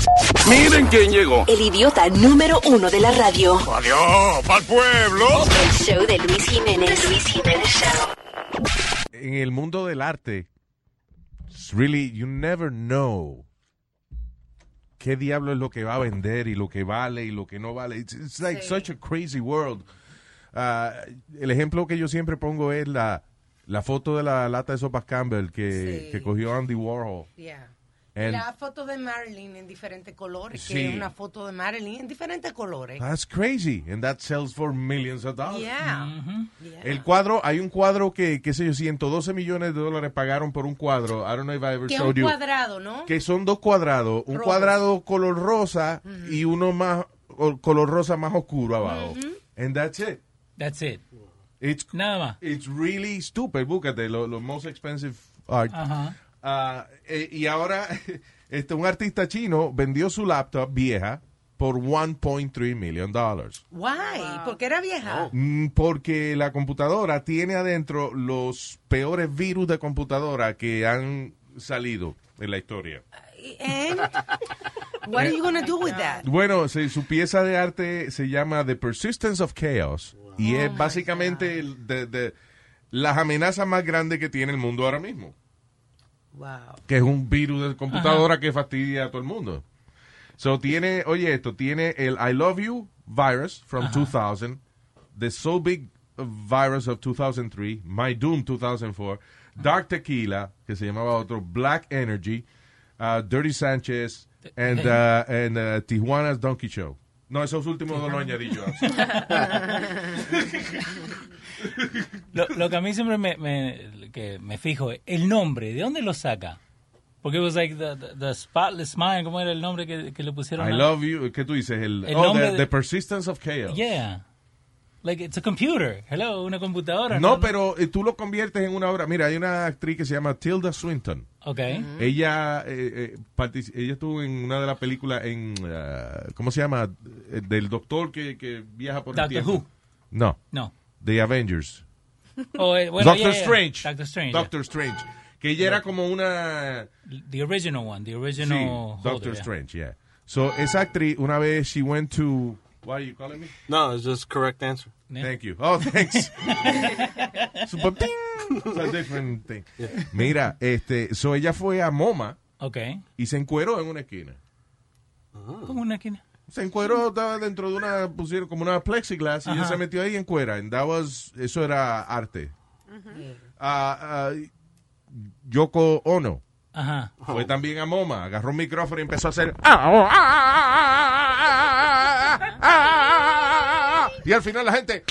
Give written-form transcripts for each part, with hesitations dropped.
Miren quién llegó. El idiota número 1 de la radio. Adiós, pa'l pueblo. El show de Luis Jiménez. The Luis Jiménez Show. En el mundo del arte, really, you never know qué diablo es lo que va a vender y lo que vale y lo que no vale. It's like such a crazy world. El ejemplo que yo siempre pongo es la foto de la lata de sopas Campbell que cogió Andy Warhol. Yeah. And la foto de Marilyn en diferentes colores, Sí. que es una foto de Marilyn en diferentes colores. that's crazy. And that sells for millions of dollars. Yeah. Yeah. El cuadro, hay un cuadro que, qué sé yo, 112 millones de dólares pagaron por un cuadro. I don't know if I ever Que es showed un you. cuadrado, ¿no? Que son dos cuadrados. Un Rojos. cuadrado color rosa y uno más color rosa más oscuro abajo. And that's it. That's it. It's, Nada más. it's really stupid. Búscate, lo most expensive art. Ajá. Y ahora, un artista chino vendió su laptop vieja por $1.3 million. Why? Porque era vieja. Porque la computadora tiene adentro los peores virus de computadora que han salido en la historia. And what are you going to do with that? Bueno, su pieza de arte se llama The Persistence of Chaos y es básicamente las amenazas más grandes que tiene el mundo ahora mismo. Wow. Que es un virus de computadora que fastidia a todo el mundo. So tiene, oye esto, tiene el I Love You virus from 2000, the So Big virus of 2003, My Doom 2004, Dark Tequila, que se llamaba otro, Black Energy, Dirty Sanchez, and Tijuana's Donkey Show. No, esos últimos dos los añadí yo. Lo que a mí siempre me fijo es el nombre. ¿De dónde lo saca? Porque it was like the Spotless Mind. ¿Cómo era el nombre que le pusieron? I Love You. ¿Qué tú dices? El nombre the Persistence of Chaos. Yeah. Like, it's a computer. Hello, una computadora. No, pero tú lo conviertes en una obra. Mira, hay una actriz que se llama Tilda Swinton. Okay. Ella ella estuvo en una de las películas ¿cómo se llama? Del doctor que viaja por el Doctor tiempo. Who. No. No. The Avengers. Oh, bueno, Doctor Strange. Doctor Strange. Doctor Strange. Que ella era como una... The original one. The original Sí, holder, Doctor yeah. Strange, yeah. So, esa actriz, una vez, she went to... Why are you calling me? No, it's just correct answer. Yeah. Thank you. Oh, thanks. Super ping. It's a different thing. Mira, so ella fue a MoMA Okay. y se encueró en una esquina. Como una esquina. Se encueró, estaba dentro de pusieron como una plexiglass y ella se metió ahí en cuera. And eso era arte. Yoko Ono Ajá. fue también a MoMA, agarró un micrófono y empezó a hacer... Y al final la gente...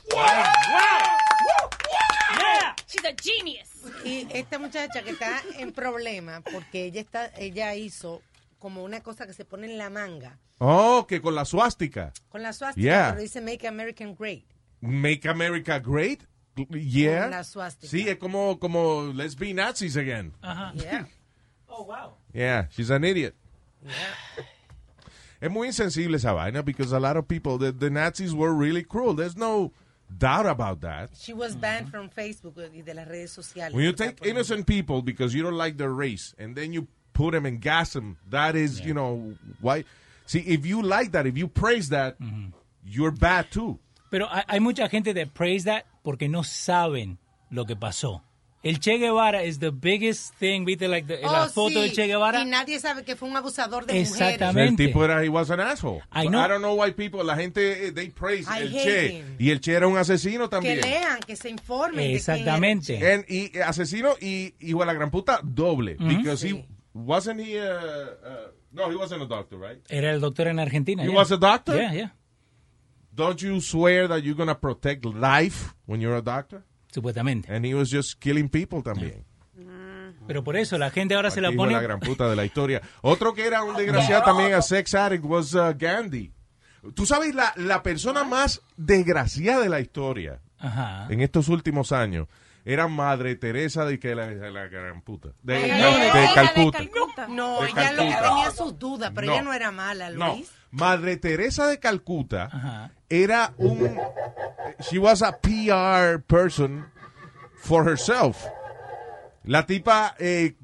She's a genius. Y esta muchacha que está en problema porque ella hizo como una cosa que se pone en la manga Oh, que con la suástica. con la suástica, Yeah. pero dice Make American Great. Make America Great. Yeah. Con la suástica. Sí, es como let's be Nazis again. Ajá. Yeah. Oh, wow. Yeah, she's an idiot. Yeah. Es muy insensible esa vaina because a lot of people, the Nazis were really cruel. There's no doubt about that. She was banned from Facebook y de las redes sociales. When you take innocent people because you don't like their race and then you put them and gas them, that is, you know, why. See, if you like that, if you praise that, you're bad too. Pero hay mucha gente that praise that porque no saben lo que pasó. El Che Guevara is the biggest thing, ¿viste? Like la foto del Che Guevara. Y nadie sabe que fue un abusador de Exactamente. El tipo he was an asshole. I know. I don't know why people, la gente, they praise I el hate Che. him. Y el Che era un asesino mujeres. también. Que lean, que se informen. Exactamente. Y asesino y hijo de la gran puta doble. Because he wasn't he no, he wasn't a doctor, right? Era el doctor en Argentina. He yeah. was a doctor? Yeah, yeah. Don't you swear that you're going to protect life when you're a doctor? Supuestamente. And he was just killing people también. Pero por eso la gente ahora se la Hijo de pone... la gran puta de la historia. Otro que era un desgraciado también, a sex addict, was Gandhi. Tú sabes, la persona más desgraciada de la historia Ajá. en estos últimos años era Madre Teresa de la gran puta. De Calcuta. No, De ella lo que Calcuta. tenía sus dudas, pero No. ella no era mala, Luis. No, Madre Teresa de Calcuta Ajá. era she was a PR person for herself. La tipa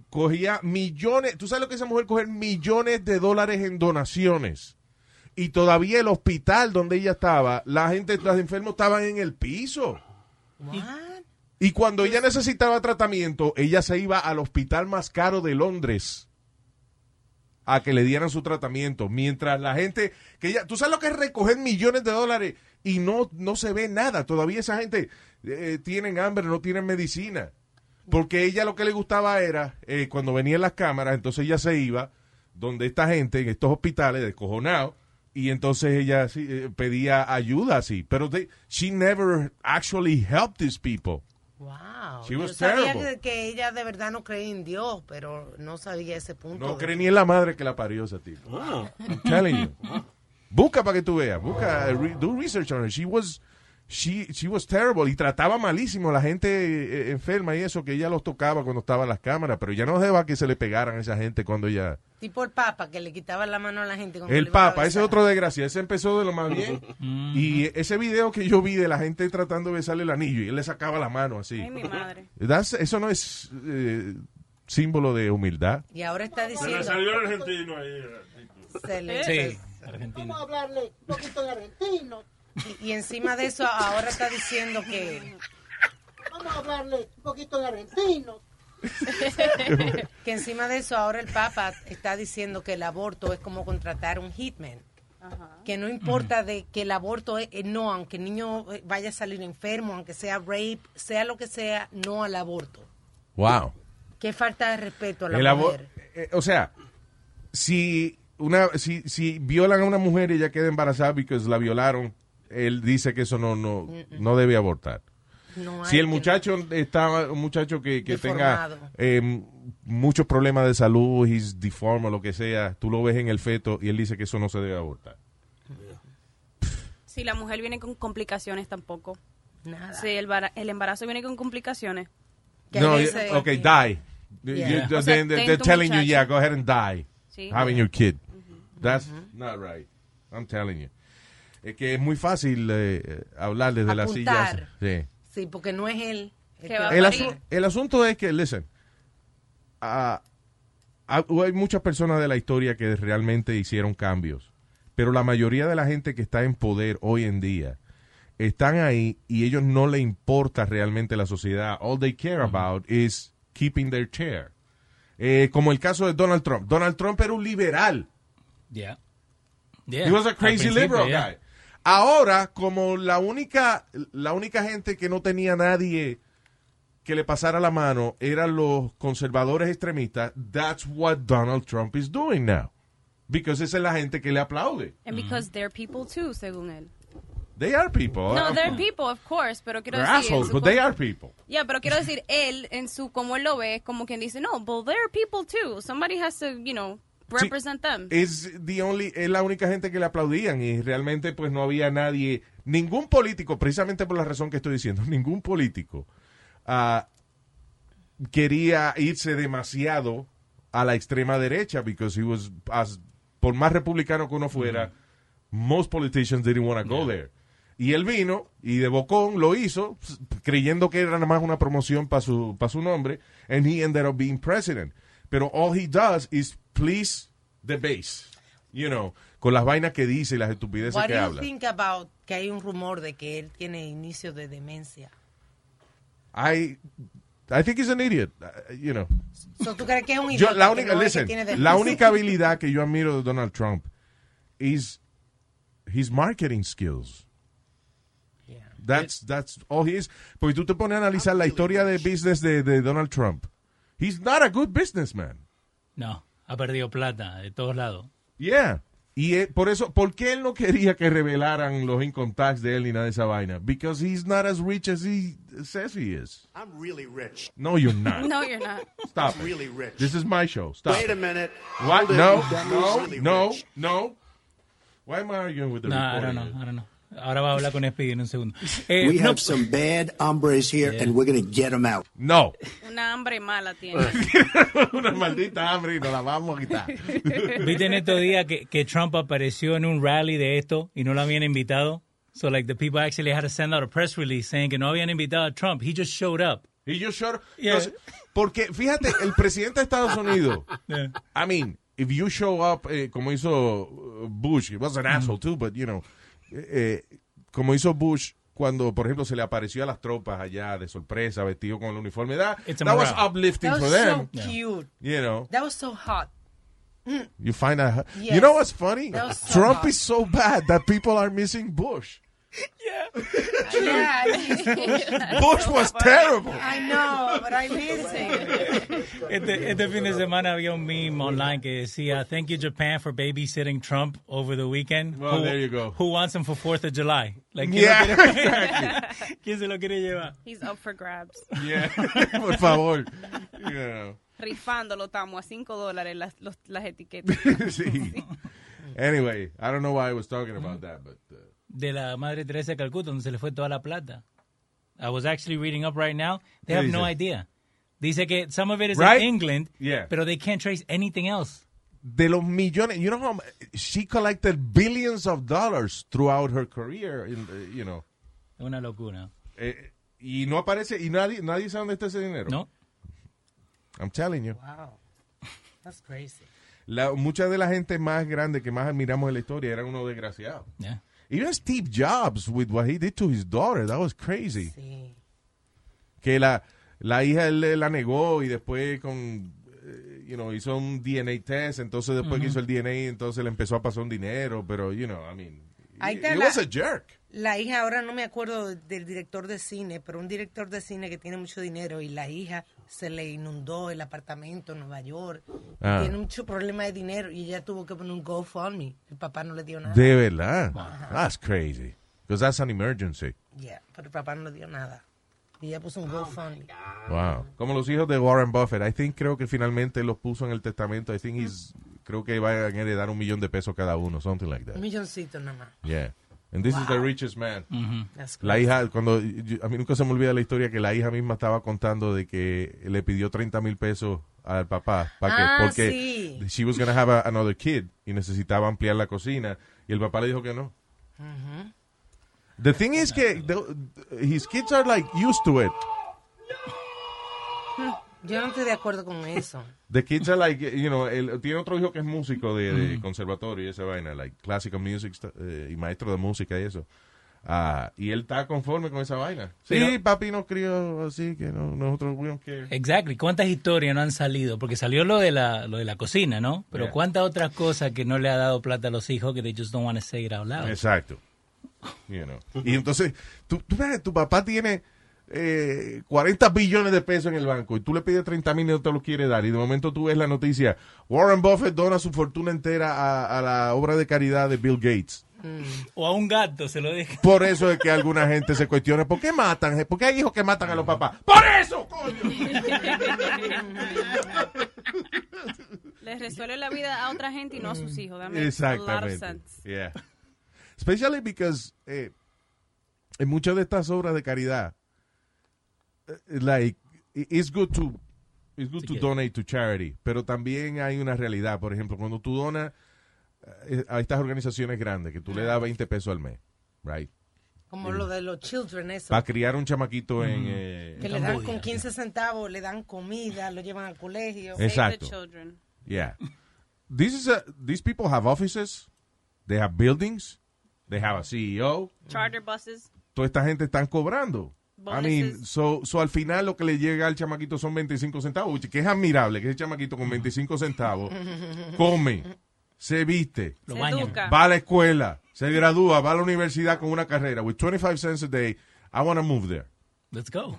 cogía millones, ¿tú sabes lo que esa mujer coger millones de dólares en donaciones? Y todavía el hospital donde ella estaba, la gente, los enfermos estaban en el piso. Y cuando ella necesitaba tratamiento, ella se iba al hospital más caro de Londres a que le dieran su tratamiento. Mientras la gente, que ella, ¿tú sabes lo que es recoger millones de dólares y no se ve nada? Todavía esa gente tienen hambre, no tienen medicina. Porque ella lo que le gustaba era, cuando venían las cámaras, entonces ella se iba donde esta gente, en estos hospitales, descojonados, y entonces ella pedía ayuda así. Pero she never actually helped these people. Wow. She was Yo sabía terrible. que ella de verdad no creía en Dios, pero no sabía ese punto. No cree ni en la madre que la parió ese tipo. I'm telling you. Busca para que tú veas. Busca, do research on her. She was terrible. Y trataba malísimo a la gente enferma y eso, que ella los tocaba cuando estaban las cámaras, pero ya no dejaba que se le pegaran a esa gente cuando ella... Tipo el Papa, que le quitaba la mano a la gente. cuando El le iba a Papa, ese besar. otro desgraciado, ese empezó de lo más bien. Y ese video que yo vi de la gente tratando de besarle el anillo y él le sacaba la mano así. Ay, mi madre. Eso no es símbolo de humildad. Y ahora está Se le diciendo... salió el argentino ahí. se le- Sí, Vamos a Argentina. hablarle un poquito de argentino. y encima de eso, ahora está diciendo que Vamos a hablarle un poquito de argentino. encima de eso, ahora el Papa está diciendo que el aborto es como contratar un hitman. Que no importa de que el aborto no, aunque el niño vaya a salir enfermo, aunque sea rape, sea lo que sea, no al aborto. Wow. Qué falta de respeto a la El mujer. o sea, si violan a una mujer y ella queda embarazada porque la violaron, él dice que eso no debe abortar. No Si hay el que- muchacho un muchacho que tenga Deformado. muchos problemas de salud, he's deformed o lo que sea, tú lo ves en el feto y él dice que eso no se debe abortar. Si la mujer viene con complicaciones tampoco. Nada. Si el embarazo viene con complicaciones. Que No, dice- okay, die. Yeah. You- O sea, they're ten tu telling you, muchacho. yeah, go ahead and die. Sí. Having your kid. That's not right. I'm telling you. Es que es muy fácil hablar desde la silla. Apuntar. Sí. Sí, porque no es él. el Que que va va a El, a parir. el asunto es que, listen, hay muchas personas de la historia que realmente hicieron cambios, pero la mayoría de la gente que está en poder hoy en día están ahí y ellos no le importa realmente la sociedad. All they care about is keeping their chair. Como el caso de Donald Trump. Donald Trump era un liberal. Yeah. He was a crazy Al principio, liberal yeah. guy. Ahora, como la única gente que no tenía nadie que le pasara la mano eran los conservadores extremistas, that's what Donald Trump is doing now. Because esa es la gente que le aplaude. And because they're people too, según él. They are people. No, they're people, of course, pero quiero They're decir... en assholes, su but they are people. Yeah, pero quiero decir, él, como él lo ve, es como quien dice, no, but they're people too. Somebody has to, represent them. Es la única gente que le aplaudían y realmente pues no había nadie, ningún político, precisamente por la razón que estoy diciendo, ningún político quería irse demasiado a la extrema derecha because he was, por más republicano que uno fuera, most politicians didn't want to go there. Y él vino y de bocón lo hizo creyendo que era nada más una promoción para su nombre and he ended up being president. Pero all he does is please the base, con las vainas que dice y las estupideces What que do you habla. think about que hay un rumor de que él tiene inicio de demencia? I think he's an idiot, So, ¿tú crees que es un Yo, idiota? la que única, no es que listen, tiene la demencia? única habilidad que yo admiro de Donald Trump is his marketing skills. That's all he is. Porque tú te pones a analizar la historia de business de Donald Trump. He's not a good businessman. No, ha perdido plata de todos lados. Yeah. Y por eso, ¿por qué él no quería que revelaran los income tax de él ni nada de esa vaina? Because he's not as rich as he says he is. I'm really rich. No, you're not. No, you're not. Stop it. Really rich. This is my show. Stop. Wait a minute. What? Hold it. No, I'm really no, rich. no. Why am I arguing with the No, I recording? don't know. Ahora va a hablar con Speedy en un segundo. We no, have some bad hombres here, and we're going to get them out. No. Una hambre mala tiene. Una maldita hambre y nos la vamos a quitar. ¿Viste en estos días que Trump apareció en un rally de esto y no lo habían invitado? So, like, the people actually had to send out a press release saying que no habían invitado a Trump. He just showed up. Y yo showed Yeah. Porque, fíjate, el presidente de Estados Unidos, Yeah. I mean, if you show up, como hizo Bush, he was an asshole too, but, you know, como hizo Bush cuando, por ejemplo, se le apareció a las tropas allá de sorpresa, vestido con el uniforme. That It's a was morale. uplifting That for was them. so cute. You know, That was so hot. you find out. Yes. You know what's funny? That was so Trump hot. is so bad that people are missing Bush. Yeah, Bush was terrible. I know, but I miss him. Este fin de semana había un meme online que decía, thank you Japan for babysitting Trump over the weekend. Well, there you go. Who wants him for 4th of July? Like, Yeah, ¿quién, lo quiere- exactly. ¿Quién se lo quiere llevar? He's up for grabs. Yeah, por favor. You know. Rifándolo, estamos a $5 las etiquetas. Sí. Anyway, I don't know why I was talking about that, but De la Madre Teresa de Calcuta, donde se le fue toda la plata. I was actually reading up right now. They have no dice? idea. Dice que some of it is Right? in England, Yeah. pero they can't trace anything else. de los millones, you know how she collected billions of dollars throughout her career, you know. Una locura. Y no aparece, y nadie sabe dónde está ese dinero. No. I'm telling you. Wow. That's crazy. Mucha de la gente más grande que más admiramos en la historia eran unos desgraciados. Yeah. Even Steve Jobs, with what he did to his daughter, that was crazy. Sí. Que la hija él la negó y después hizo un DNA test, entonces después que hizo el DNA, entonces le empezó a pasar un dinero, pero, I mean, he was a jerk. La hija, ahora no me acuerdo del director de cine, pero un director de cine que tiene mucho dinero y la hija se le inundó el apartamento en Nueva York. Tiene mucho problema de dinero y ella tuvo que poner un GoFundMe. El papá no le dio nada. De verdad. That's crazy. Because that's an emergency. Yeah, pero el papá no le dio nada. Y ella puso un GoFundMe. Wow. Como los hijos de Warren Buffett. Creo que finalmente los puso en el testamento. Creo que van a heredar $1 million cada uno. Something like that. Un milloncito nada más. Yeah. And this is the richest man. That's La crazy. hija, a mí nunca se me olvida la historia que la hija misma estaba contando de que le pidió $30,000 al papá porque sí. she was going to have another kid y necesitaba ampliar la cocina y el papá le dijo que no. The thing is que his kids are like used to it. Yo no estoy de acuerdo con eso. The kids are like, él tiene otro hijo que es músico de conservatorio y esa vaina, like classical music y maestro de música y eso. Y él está conforme con esa vaina. Sí, Pero- papi nos crió así que nosotros we don't care. Exactly. ¿Cuántas historias no han salido? Porque salió lo de la cocina, ¿no? Pero Yeah. ¿cuántas otras cosas que no le ha dado plata a los hijos que they just don't want to say it out loud? Exacto. Y entonces, tú ves, tu papá tiene 40 billones de pesos en el banco y tú le pides 30,000 y no te lo quiere dar. Y de momento tú ves la noticia, Warren Buffett dona su fortuna entera a la obra de caridad de Bill Gates. O a un gato se lo deja. Por eso es que alguna gente se cuestiona, ¿por qué matan? ¿Por qué hay hijos que matan a los papás? ¡Por eso, coño! Les resuelve la vida a otra gente y no a sus hijos. That makes Exactamente. a lot of sense. Yeah. Especially because en muchas de estas obras de caridad, like, it's good to donate to charity, pero también hay una realidad. Por ejemplo, cuando tú donas a estas organizaciones grandes, que tú le das $20 al mes, right? Como lo de los children, eso. Para criar un chamaquito en... Que le dan con 15 centavos, le dan comida, lo llevan al colegio. Exacto. Save the children. Yeah. These people have offices, they have buildings, they have a CEO. Charter buses. Toda esta gente están cobrando. I mean, Bonuses. so al final lo que le llega al chamaquito son 25 centavos, which, que es admirable que ese chamaquito con 25 centavos come, se viste, Lo Se bañan. educa. va a la escuela, se gradúa, va a la universidad con una carrera. With 25 cents a day, I want to move there. Let's go.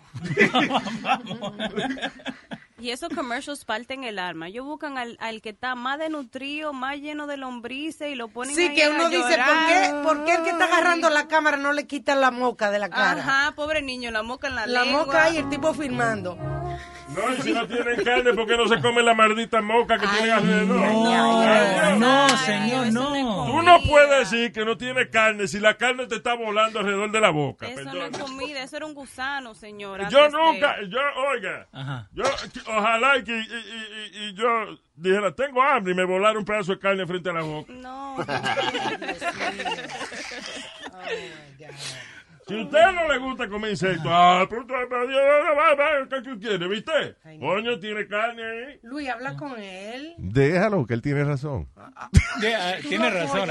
Y esos commercials parten el alma. Ellos buscan al que está más desnutrido, más lleno de lombrices y lo ponen Sí, ahí que a uno dice, llorar. ¿por qué el que está agarrando la cámara no le quita la moca de la cara? Ajá, pobre niño, la moca en la La lengua. moca y el tipo filmando. No, y si no tienen carne, ¿por qué no se come la maldita moca que tienen alrededor? No, Ay, señor, eso no. es Tú no comida. puedes decir que no tiene carne si la carne te está volando alrededor de la boca. Eso no Perdón. es comida, eso era un gusano, señor. Yo antes de- nunca, oiga, Ajá. ojalá que y yo dijera, tengo hambre y me volara un pedazo de carne frente a la boca. No. Si a usted no le gusta comer insectos, pero ¿qué tú quieres, viste? Coño, tiene carne ahí. Luis, habla con él. Déjalo, que él tiene razón. Tiene razón.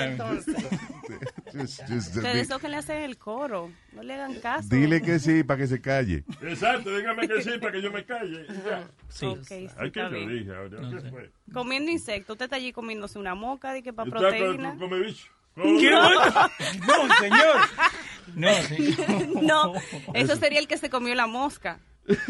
Ustedes son que le hacen el coro. No le hagan caso. Dile que sí, para que se calle. Exacto, dígame que sí, para que yo me calle. Sí. Okay, sí, Ay, que está yo bien. dije ahora. No ¿Qué sé. fue? Comiendo insectos. Usted está allí comiéndose una moca de que para ¿Usted proteína. come bicho? ¿Qué? No, señor. No, señor. No, eso sería el que se comió la mosca.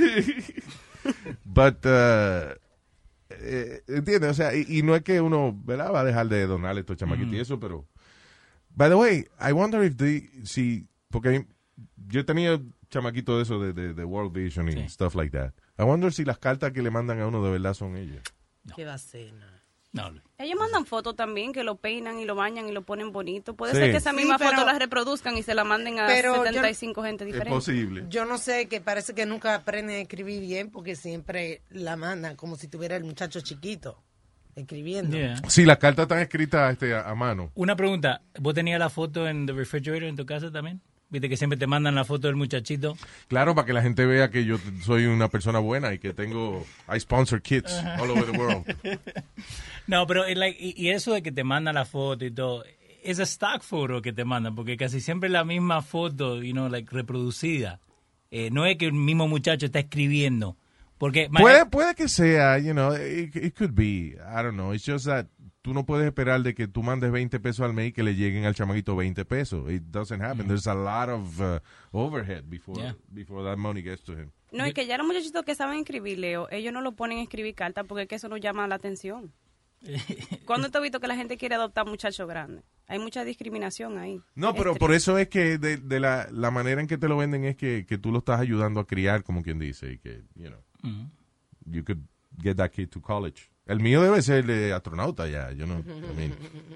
But, ¿entiendes? O sea, y no es que uno, ¿verdad? Va a dejar de donarle estos chamaquitos y eso, pero... By the way, I wonder if porque yo tenía chamaquitos de eso de World Vision y stuff like that. I wonder si las cartas que le mandan a uno de verdad son ellas. ¿Qué va a ser? No. Ellos mandan fotos también, que lo peinan y lo bañan y lo ponen bonito. Puede Sí. ser que esa misma pero- foto la reproduzcan y se la manden a pero 75 gente Es diferente. posible. Yo no sé, que parece que nunca aprenden a escribir bien porque siempre la mandan como si tuviera el muchacho chiquito escribiendo. Yeah. Sí, las cartas están escritas a mano. Una pregunta. ¿Vos tenías la foto en the refrigerator en tu casa también? ¿Viste que siempre te mandan la foto del muchachito? Claro, para que la gente vea que yo soy una persona buena y que I sponsor kids all over the world. No, pero y eso de que te mandan la foto y todo, es a stock photo que te mandan, porque casi siempre es la misma foto, reproducida. No es que el mismo muchacho está escribiendo. Porque Puede que sea, it could be. I don't know. It's just that tú no puedes esperar de que tú mandes 20 pesos al mes y que le lleguen al chamaquito 20 pesos. It doesn't happen. There's a lot of overhead before that money gets to him. No, y que ya los muchachitos que saben escribir, Leo, ellos no lo ponen a escribir cartas porque es que eso no llama la atención. ¿Cuándo te has visto que la gente quiere adoptar muchachos grandes? Hay mucha discriminación ahí. No, pero por eso es que de la manera en que te lo venden es que tú lo estás ayudando a criar, como quien dice, y que, you could get that kid to college. El mío debe ser de astronauta ya, yo no. I mean,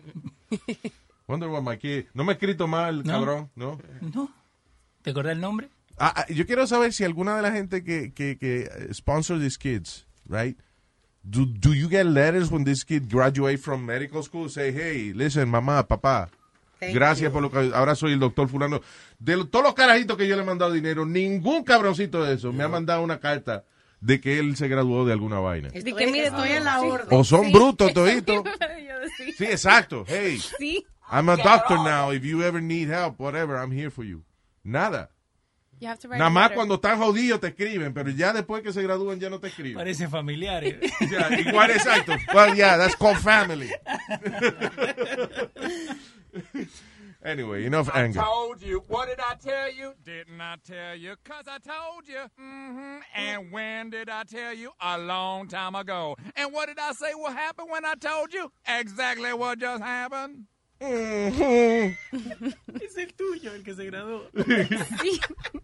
wonder what my kid. No me he escrito mal, cabrón, ¿no? No. ¿Te acordás el nombre? Yo quiero saber si alguna de la gente que sponsor these kids, right? Do you get letters when this kid graduate from medical school? Say, hey, listen, mamá, papá, gracias por lo que ahora soy el doctor fulano. De todos los carajitos que yo le he mandado dinero, ningún cabroncito de eso me ha mandado una carta de que él se graduó de alguna vaina. Estoy en la orden. O son brutos toditos. Sí. Sí, exacto. Hey, Sí. I'm a doctor now. If you ever need help, whatever, I'm here for you. Nada. You have to write Nada a más letter. cuando están jodidos te escriben, pero ya después que se gradúan ya no te escriben. Parece familiar. Yeah, igual, exacto. Well, yeah, that's called family. Anyway, enough anger. Told you. What did I tell you? Didn't I tell you? 'Cause I told you. And when did I tell you? A long time ago. And what did I say will happen when I told you? Exactly what just happened. Es el tuyo, el que se graduó. Sí.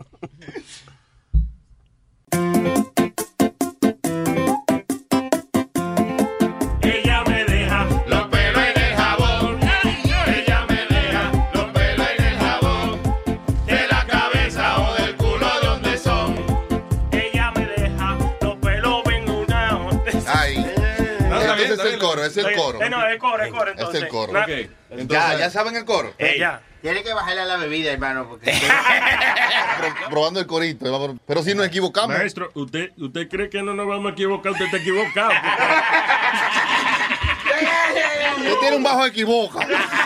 Ella me deja Los pelos en el jabón. Ella me deja los pelos en el jabón. De la cabeza o del culo donde son. Ella me deja los pelos vingunados. Ay. Ese es el coro, es el coro. No, es coro entonces. Es el coro. Okay. Ya saben el coro. Ya. Tiene que bajarle a la bebida, hermano, porque... Probando el corito. Pero si nos equivocamos. Maestro, ¿usted cree que no nos vamos a equivocar? Usted está equivocado. Usted tiene un bajo equivoca.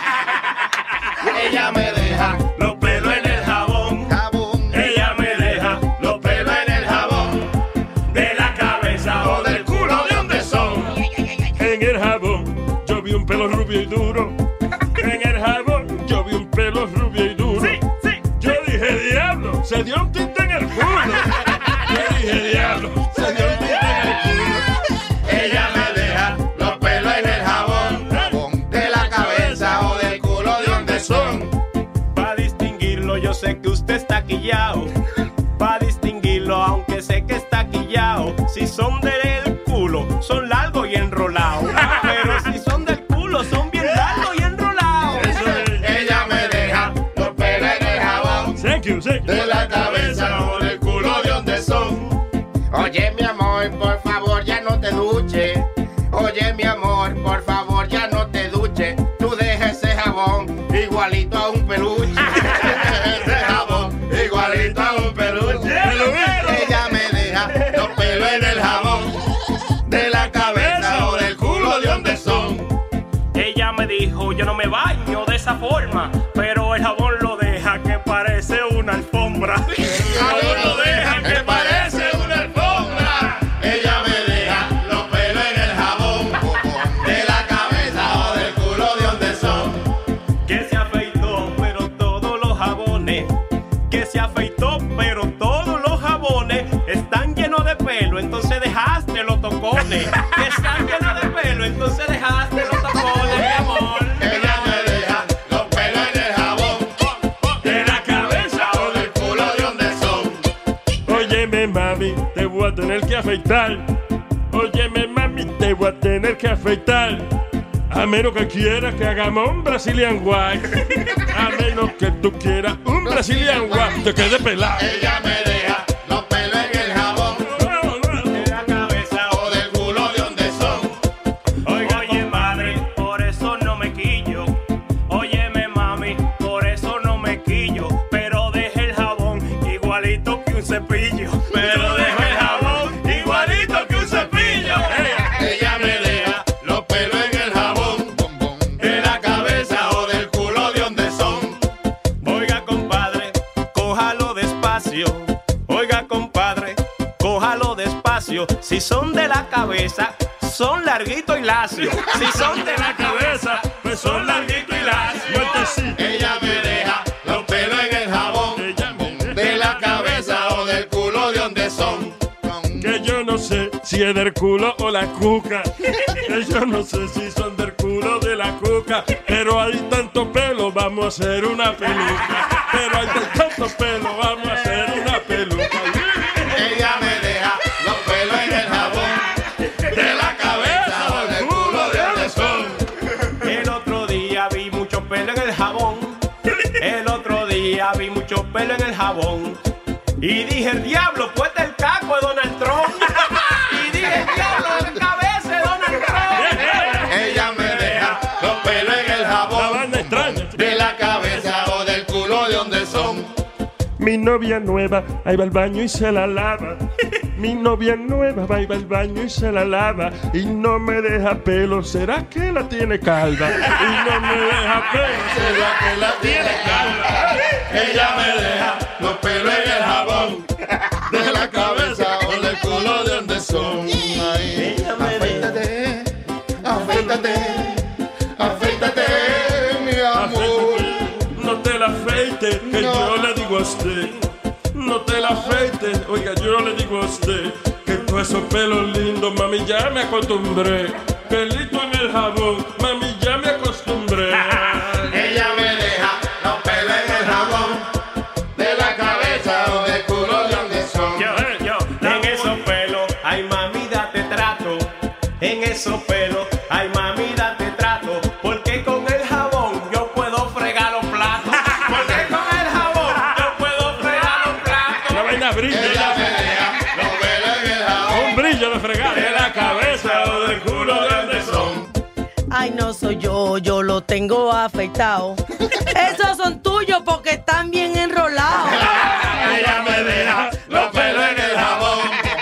Ella me deja Los pelos en el jabón. Ella me deja los pelos en el jabón. De la cabeza o del culo de donde son. En el jabón yo vi un pelo rubio y duro. En el jabón yo vi un pelo rubio y duro. Yo dije, diablo, se dio un tinte en el culo. Yo dije, diablo, se dio un tinte en el culo. Ella me deja los pelos en el jabón. De la cabeza o del culo de donde son. Para distinguirlo, yo sé que usted está quillao. Para distinguirlo, aunque sé que está quillao. Si son del culo, son largos y enrolados. Pero si son del culo, son bien largos y enrolados. Ella me deja los pelos en el jabón. Thank you. De la cabeza o del culo de donde son. Oye, mi amor, por favor, ya no te duches. Oye, mi amor, por favor, ya no te duches. Tú deja ese jabón igualito a un peluche. Ese jabón yo no me baño de esa forma, pero el jabón lo deja que parece una alfombra. El jabón lo deja que parece una alfombra. Ella me deja los pelos en el jabón, de la cabeza o del culo de donde son. Que se afeitó, pero todos los jabones, que se afeitó, pero todos los jabones están llenos de pelo, entonces dejaste los tocones. Que están llenos de pelo, entonces dejaste los tocones, mi amor. Ella me deja los pelos en el jabón, de la cabeza o del culo de donde son. Óyeme, mami, te voy a tener que afeitar. Óyeme, mami, te voy a tener que afeitar. A menos que quieras que hagamos un Brazilian Wax. A menos que tú quieras un Brazilian Wax. Te quede pelado. Ella me deja los pelos en el jabón, De la cabeza o del culo de donde son. Oye, madre, por eso no me quillo. Óyeme, mami, por eso no me quillo. Pero deje el jabón igualito que un cepillo. Pero deje el jabón igualito que un cepillo. Ella me deja los pelos en el jabón, de la cabeza o del culo de donde son. Oiga, compadre, cójalo despacio. Oiga, compadre, cójalo despacio. Si son de la cabeza, son larguito y lacio. Si son de la cabeza, pues son larguito y lacio. Ella me deja los pelos en el jabón, de la cabeza o del culo de donde son. Que yo no sé si es del culo o la cuca. Que yo no sé si son del culo o de la cuca. Pero hay tanto pelo, vamos a hacer una peluca. Pero hay tanto pelo, vamos a hacer una peluca. Ella me deja los pelos en el jabón, de la cabeza o del culo de donde son. El otro día vi mucho pelo en el jabón. El otro día vi mucho pelo en el jabón. Y dije, el diablo, pues el caco de Donald Trump. Y dije, el diablo, la cabeza de Donald Trump. Ella me deja los pelos en el jabón, banda extraña. de la cabeza o del culo de donde son. Mi novia nueva, ahí va al baño y se la lava. Mi novia nueva, va al baño y se la lava. Y no me deja pelo, ¿será que la tiene calva? Y no me deja pelo, ¿será que la tiene calva? Ella me deja los pelos en el jabón, de la cabeza o del culo de donde son. Ay, afeítate, afeítate, afeítate, mi amor. No te la afeites, que yo le digo a usted. No te la afeites, oiga, yo le digo a usted que todos esos pelos lindos, mami, ya me acostumbré. Pelito en el jabón, mami, ya me acostumbré. Ella me deja los pelos en el jabón, de la cabeza o del culo de donde son. En esos pelos, ay mami, date trato. En esos pelos, ay mami, date trato. Porque con el jabón yo puedo fregar los platos. Porque con el jabón yo puedo fregar los platos. La vaina brilla. Ella me deja los pelos en el jabón, Un brillo de fregar. de la cabeza o del culo de donde son. Ay, no soy yo lo tengo afeitado. Esos son tuyos porque están bien enrolados. Ella me deja los pelos en el jabón,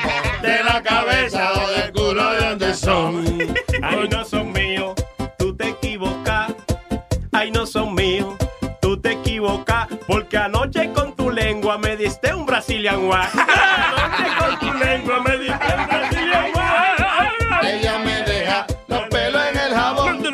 de la cabeza o del culo de donde son. Ay, no son míos, tú te equivocas. Ay, no son míos, tú te equivocas. Porque anoche con tu lengua me diste un Brazilian Wax. Anoche con tu lengua me diste un Brazilian Wax. Ella me deja los pelos en el jabón.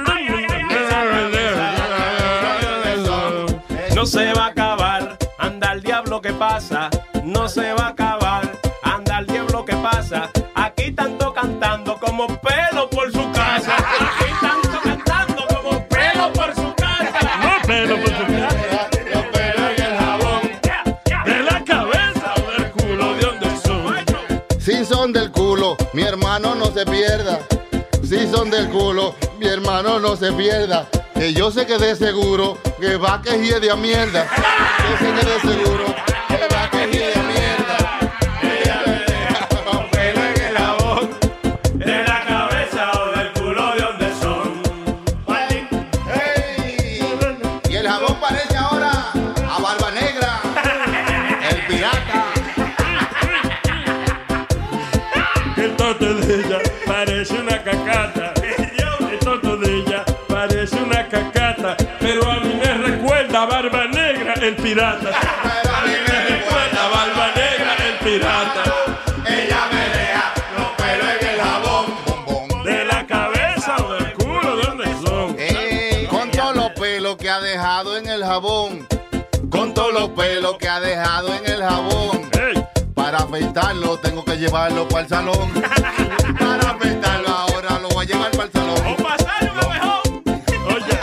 No se va a acabar, anda el diablo que pasa. No se va a acabar, anda el diablo que pasa. Aquí tanto cantando como pelo por su casa. Aquí tanto cantando como pelo por su casa. No pelo por su casa. Los pelos en el jabón, De la cabeza o del culo, de donde son. Si son del culo, mi hermano no se pierda. Si son del culo, mi hermano no se pierda. Que yo sé que de seguro que va que hiede a mierda. Yo sé que de seguro que va que hiede a mierda. ella me deja los pelos en el jabón, de la cabeza o del culo de donde son. ¡Ey! Y el jabón parece ahora a Barba Negra, el pirata. El toto de ella parece una cacata. El toto de ella parece una cacata. el pirata. Pero a mí me recuerda La barba negra, el pirata. Ella me deja los pelos en el jabón. De la cabeza o del culo, ¿de dónde son? Con todos los pelos que ha dejado en el jabón. Con todos los pelos que ha dejado en el jabón. Para afeitarlo tengo que llevarlo para el salón. Para afeitarlo ahora lo voy a llevar para el salón. O pasarlo mejor. Oye,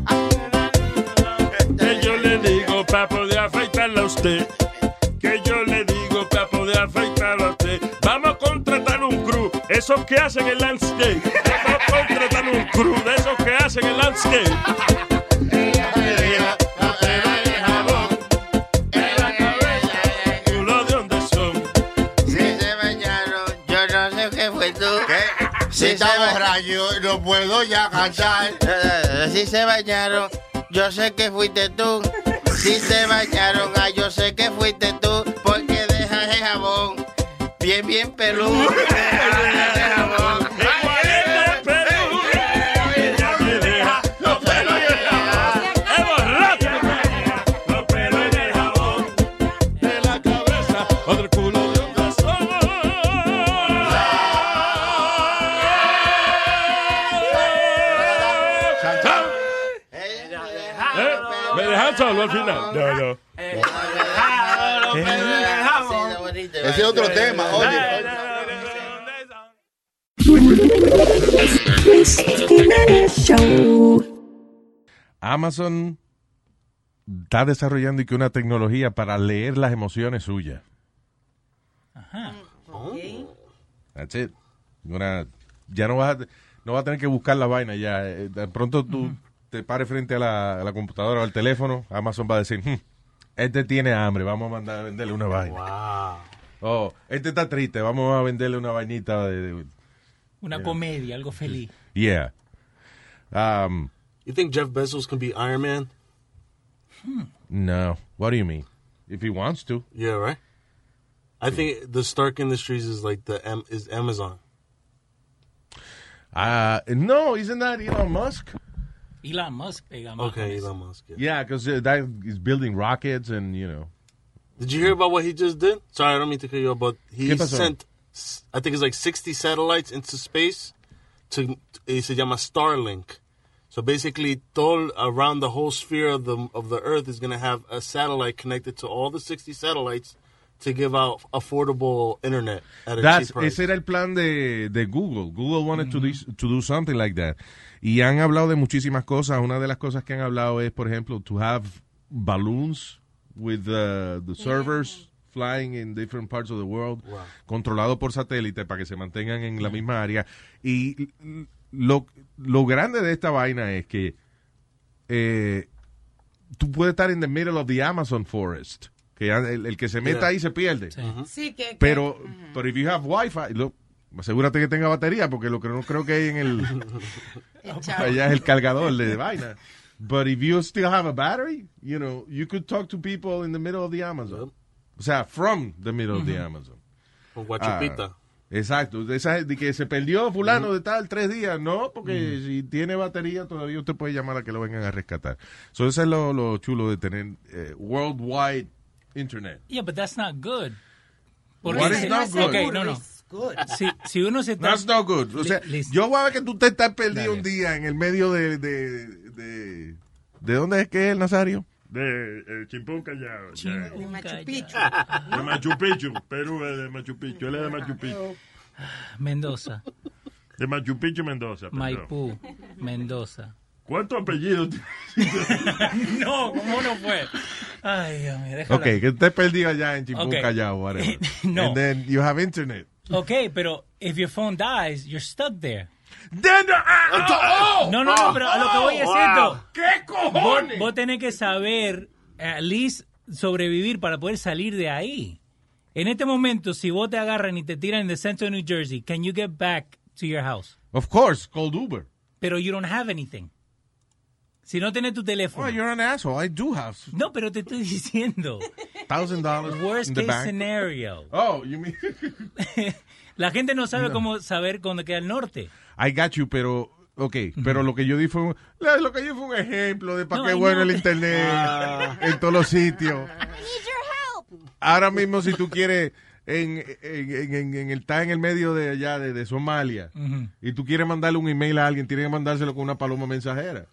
que yo le digo para poder afeitarla a usted. Que yo le digo para poder afeitarla a usted. Vamos a contratar un crew, esos que hacen el landscape. Vamos a contratar un crew de esos que hacen el landscape. Ella me deja los pelos en el jabón. En la cabeza, ¿Culo de dónde son? si se bañaron, yo no sé qué fue tú. ¿Qué? Si está borracho, no puedo ya cantar. Si se bañaron, yo sé que fuiste tú. Si se bañaron, yo sé que fuiste tú. Porque dejas el jabón bien peludo. Dejas el jabón. Ella me deja los pelos en el jabón. ¡Es borracho! Los pelos en el jabón. De la cabeza o del culo de donde son. Me dejan solo al final. No. Ese es otro tema, oye. Amazon está desarrollando y que una tecnología para leer las emociones suyas. That's it. Ya no vas a tener que buscar la vaina ya. De pronto tú te pares frente a la computadora o al teléfono, Amazon va a decir, este tiene hambre, vamos a mandar a venderle una vaina. Oh, este está triste, vamos a venderle una vainita de Una comedia, algo feliz. Yeah. You think Jeff Bezos can be Iron Man? No. What do you mean? If he wants to. Yeah, right? I think the Stark Industries is like is Amazon. No, isn't that Elon Musk? Elon Musk pega más. Okay, Elon Musk. Yeah, because that is building rockets and, Did you hear about what he just did? Sorry, I don't mean to cut you off, but he ¿Qué pasó? sent, I think it's like 60 satellites into space se llama Starlink. So basically, all around the whole sphere of the Earth is going to have a satellite connected to all the 60 satellites to give out affordable internet at a cheap price. Ese era el plan de Google. Google wanted to do something like that. Y han hablado de muchísimas cosas. Una de las cosas que han hablado es, por ejemplo, to have balloons with the servers flying in different parts of the world, controlado por satélite para que se mantengan en la misma área. Y lo grande de esta vaina es que tú puedes estar in the middle of the Amazon forest, que el que se meta ahí se pierde. Sí, pero if you have Wi-Fi, asegúrate que tenga batería, porque lo que no creo que hay en el allá es el cargador de vaina. But if you still have a battery, you could talk to people in the middle of the Amazon. O sea, from the middle of the Amazon. Con guachupita. Exacto. Esa de que se perdió fulano de tal 3 días. No, porque si tiene batería todavía usted puede llamar a que lo vengan a rescatar. So eso es lo chulo de tener worldwide internet. Yeah, but that's not good. What is not good? Okay, no. Si uno se está... That's not good. O sea, yo voy a ver que tú te estás perdido un día en el medio ¿de dónde es que es el Nazario? De Chimpún Callao. De Machu Picchu. De Machu Picchu. Perú es de Machu Picchu. Él es de Machu Picchu. Mendoza. De Machu Picchu, Mendoza. Perdón. Maipú, Mendoza. ¿Cuántos apellidos? No, ¿cómo no fue? Ay, Dios mío, déjalo. Ok, que estés perdido allá en Chimpún Callao, whatever. No. And then you have internet. Okay, pero if your phone dies, you're stuck there. No, pero a lo que voy es esto. ¿Qué cojones? Vos tenés que saber, at least, sobrevivir para poder salir de ahí. En este momento, si vos te agarran y te tiran en the center of New Jersey, can you get back to your house? Of course, called Uber. Pero you don't have anything. Si no tenés tu teléfono. Oh, you're an asshole. I do have. No, pero te estoy diciendo. $1,000 Worst in the case bank. scenario. Oh, you mean... La gente no sabe cómo saber cuándo queda el norte. I got you, pero Ok, pero lo que yo di fue un ejemplo de para qué bueno el internet en todos los sitios. Ahora mismo si tú quieres está en el medio de allá de Somalia y tú quieres mandarle un email a alguien, tienes que mandárselo con una paloma mensajera.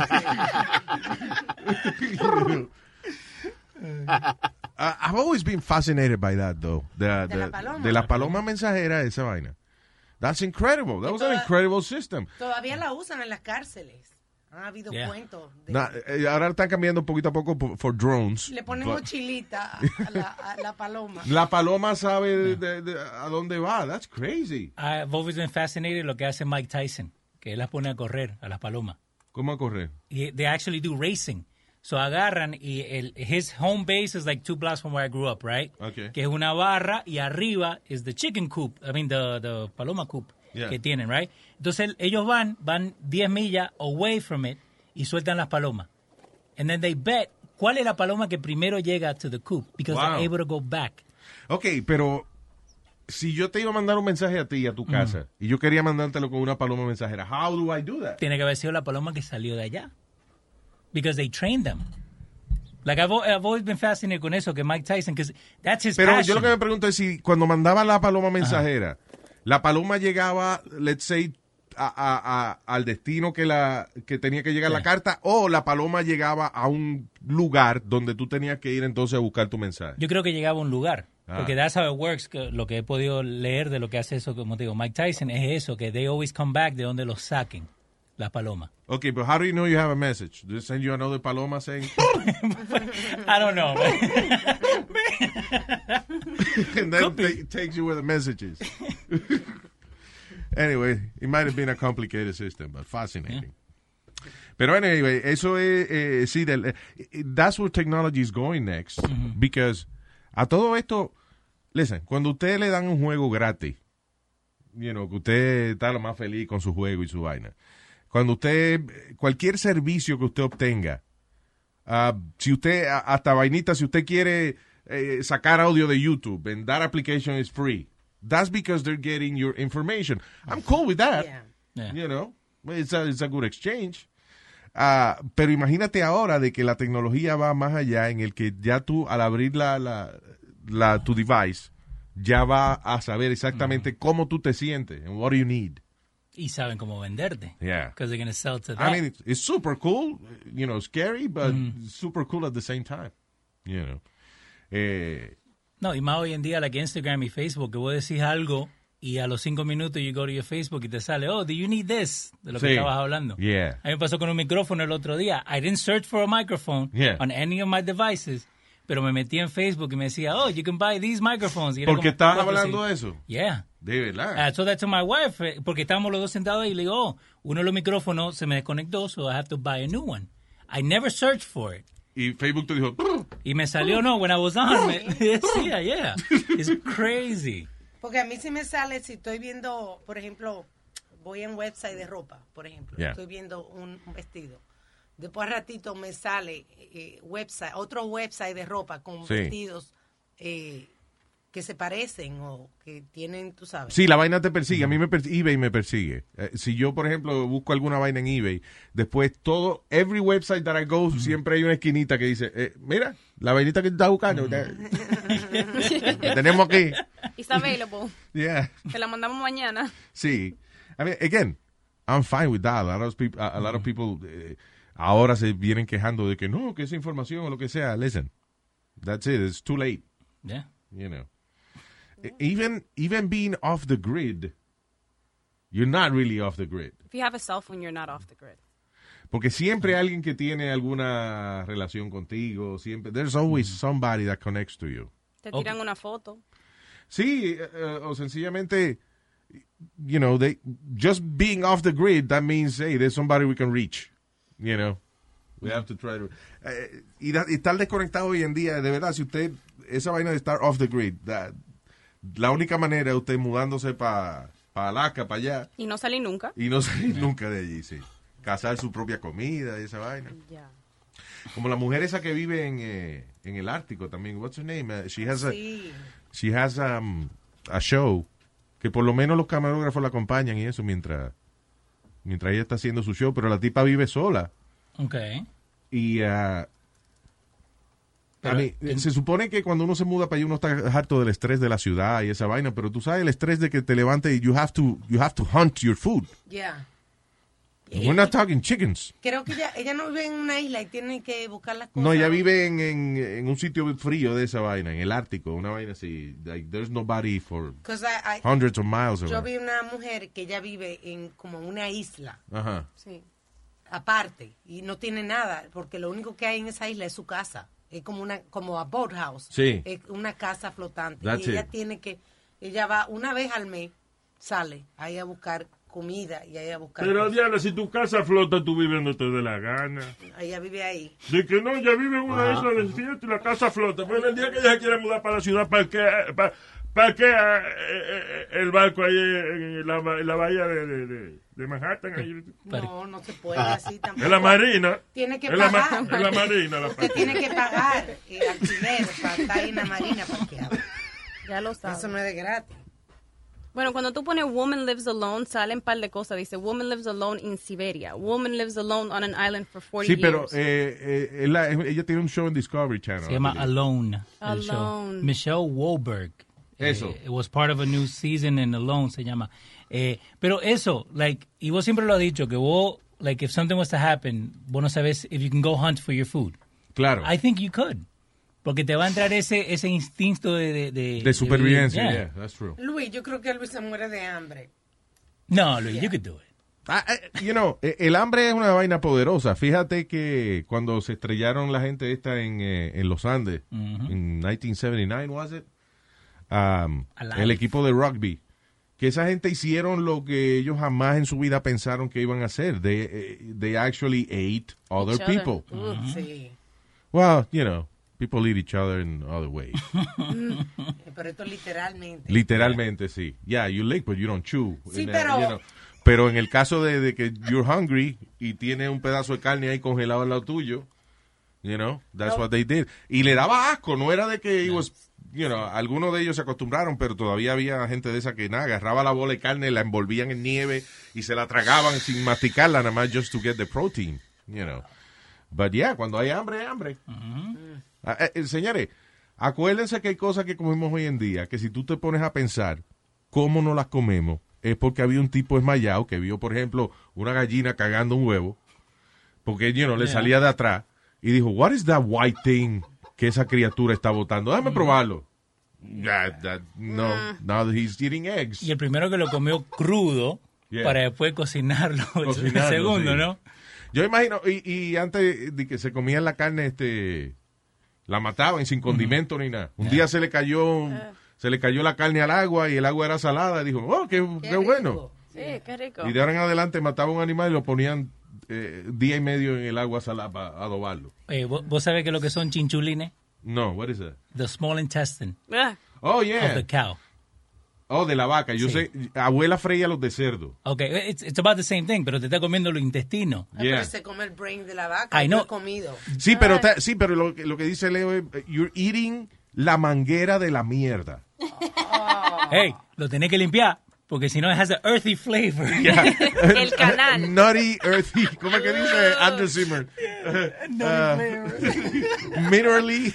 I've always been fascinated by that though. De la paloma mensajera, esa vaina. That's incredible. That was an incredible system. Todavía la usan en las cárceles. Ha habido cuentos. Ahora están cambiando poquito a poco for drones. Le ponen mochilita a la paloma. La paloma sabe a dónde va. That's crazy. I've always been fascinated lo que hace Mike Tyson, que él las pone a correr a las palomas. ¿Cómo a correr? They actually do racing. So agarran y his home base is like 2 blocks from where I grew up, right? Okay. Que es una barra y arriba is the chicken coop, the paloma coop que tienen, right? Entonces ellos van 10 millas away from it y sueltan las palomas. And then they bet cuál es la paloma que primero llega to the coop because they're able to go back. Okay, pero si yo te iba a mandar un mensaje a ti, a tu casa, y yo quería mandártelo con una paloma mensajera, how do I do that? Tiene que haber sido la paloma que salió de allá. Because they trained them. Like I've always been fascinated con eso, que Mike Tyson, because that's his Pero passion. yo lo que me pregunto es si cuando mandaba la paloma mensajera, la paloma llegaba, let's say, al destino que tenía que llegar la carta, o la paloma llegaba a un lugar donde tú tenías que ir entonces a buscar tu mensaje. Yo creo que llegaba a un lugar. Porque that's how it works. Que lo que he podido leer de lo que hace eso, como te digo, Mike Tyson, es eso, que they always come back de donde los saquen. Las palomas. Okay, but how do you know you have a message? Do they send you another paloma saying? I don't know. And then it takes you where the message is. Anyway, it might have been a complicated system, but fascinating. Yeah. Pero anyway, eso es, sí, that's where technology is going next. Because a todo esto, listen, cuando usted le dan un juego gratis, que usted está lo más feliz con su juego y su vaina. Cuando usted, cualquier servicio que usted obtenga, si usted, hasta vainita, si usted quiere sacar audio de YouTube, and that application is free, that's because they're getting your information. I'm cool with that. Yeah. It's a good exchange. Pero imagínate ahora de que la tecnología va más allá, en el que ya tú, al abrir tu device, ya va a saber exactamente cómo tú te sientes and what do you need. Y saben cómo venderte. Yeah. Because they're going to sell to that. I mean, it's super cool, scary, but super cool at the same time. No, y más hoy en día, like Instagram y Facebook, que vos decís algo y a los 5 minutos you go to your Facebook y te sale, do you need this? De lo que estabas hablando. Yeah. A mí me pasó con un micrófono el otro día. I didn't search for a microphone on any of my devices, pero me metí en Facebook y me decía, you can buy these microphones. ¿Porque estabas hablando de eso? Yeah. De verdad. I told that to my wife, porque estábamos los dos sentados ahí y le digo, uno de los micrófonos se me desconectó, so I have to buy a new one. I never searched for it. Y Facebook te dijo, y me salió, when I was on, me decía, yeah. It's crazy. Porque a mí sí me sale, si estoy viendo, por ejemplo, voy en website de ropa, por ejemplo, estoy viendo un vestido. Después al ratito me sale otro website de ropa con vestidos que se parecen o que tienen, tú sabes. Sí, la vaina te persigue. A mí eBay me persigue. Si yo, por ejemplo, busco alguna vaina en eBay, después every website that I go, siempre hay una esquinita que dice, mira, la vainita que estás buscando, que tenemos aquí. It's available. Yeah. Te la mandamos mañana. Sí. I mean, again, I'm fine with that. A lot of people ahora se vienen quejando de que no, que esa información o lo que sea. Listen, that's it. It's too late. Yeah. Even being off the grid, you're not really off the grid. If you have a cell phone, you're not off the grid. Porque siempre hay alguien que tiene alguna relación contigo. Siempre, there's always somebody that connects to you. Te tiran una foto. Sí, o sencillamente, just being off the grid, that means, hey, there's somebody we can reach. We have to try to... y estar desconectado hoy en día, de verdad, si usted, esa vaina de estar off the grid, la única manera es usted mudándose para Alaska, para allá. Y no salir nunca. Y no salir nunca de allí, sí. Cazar su propia comida y esa vaina. Yeah. Como la mujer esa que vive en el Ártico también. What's her name? She has a show que por lo menos los camarógrafos la acompañan y eso mientras mientras ella está haciendo su show, pero la tipa vive sola. Okay. Y se supone que cuando uno se muda para allá uno está harto del estrés de la ciudad y esa vaina, pero tú sabes el estrés de que te levantes y you have to hunt your food. Yeah. We're not talking chickens. Creo que ella no vive en una isla y tiene que buscar las cosas. No, ella vive en un sitio frío de esa vaina, en el Ártico, una vaina así. Like, there's nobody for hundreds of miles Yo away. vi una mujer que ella vive en como una isla. Ajá. Sí. Aparte, y no tiene nada, porque lo único que hay en esa isla es su casa. Es como a boathouse. Sí. Es una casa flotante. That's y ella it. ella va una vez al mes, sale ahí a buscar comida y ahí a buscar Pero cosas. Diana, si tu casa flota, tú vives donde te dé la gana. Ella vive ahí. De que no, ella vive en una isla desierta y la casa flota. Pero el día que ella se quiera mudar para la ciudad, ¿para qué el barco ahí en la bahía de Manhattan? Ahí? No se puede así tampoco. En la marina. Tiene que En la pagar. en la marina. Usted tiene que pagar alquiler para estar ahí en la marina parqueado. Ya lo sabes. Eso no es de gratis. Bueno, cuando tú pones Woman Lives Alone, salen un par de cosas. Dice, Woman Lives Alone in Siberia. Woman Lives Alone on an island for 40 Sí, pero years. ella tiene un show en Discovery Channel. Se llama Alone. El show. Alone. Michelle Wahlberg. Eso. It was part of a new season in Alone, se llama. Pero eso, like, y vos siempre lo has dicho, que vos, like, if something was to happen, vos no sabes if you can go hunt for your food. Claro. I think you could. Porque te va a entrar ese instinto de supervivencia, vivir. yeah, that's true. Luis, yo creo que Luis se muere de hambre. No, Luis, you could do it. El hambre es una vaina poderosa. Fíjate que cuando se estrellaron la gente esta en los Andes, en 1979, was it? El equipo de rugby, que esa gente hicieron lo que ellos jamás en su vida pensaron que iban a hacer. They actually ate other people. Sí. Well, people eat each other in other ways. Pero esto literalmente. Literalmente, sí. Yeah, you lick, but you don't chew. Sí, pero... Pero en el caso de que you're hungry y tiene un pedazo de carne ahí congelado al lado tuyo, that's what they did. Y le daba asco, no era de que algunos de ellos se acostumbraron, pero todavía había gente de esa que agarraba la bola de carne, la envolvían en nieve y se la tragaban sin masticarla, nada más just to get the protein, But yeah, cuando hay hambre, hay hambre. Señores, acuérdense que hay cosas que comemos hoy en día, que si tú te pones a pensar cómo no las comemos, es porque había un tipo desmayado que vio, por ejemplo, una gallina cagando un huevo, porque, le salía de atrás, y dijo, what is that white thing que esa criatura está botando? Déjame probarlo. Now he's eating eggs. Y el primero que lo comió crudo, para después cocinarlo el segundo, sí. ¿no? Yo imagino, y antes de que se comían la carne, la mataban sin condimento ni nada. Un día se le cayó la carne al agua y el agua era salada. Y dijo, oh, qué bueno. Sí, qué rico. Y de ahora en adelante mataban un animal y lo ponían día y medio en el agua salada para adobarlo. ¿Vos sabés qué es lo que son chinchulines? No, what is that? The small intestine Oh, yeah. of the cow. Oh, de la vaca. Yo Sí. sé, abuela freía los de cerdo. Okay, it's about the same thing, pero te está comiendo los intestinos. Yeah. Pero se come el brain de la vaca. I Yo know. he comido. Sí, pero lo que dice Leo es, you're eating la manguera de la mierda. Hey, lo tenés que limpiar, porque si no, it has an earthy flavor. El canal. Nutty, earthy, ¿cómo es que dice Andrew Zimmer? Minerally.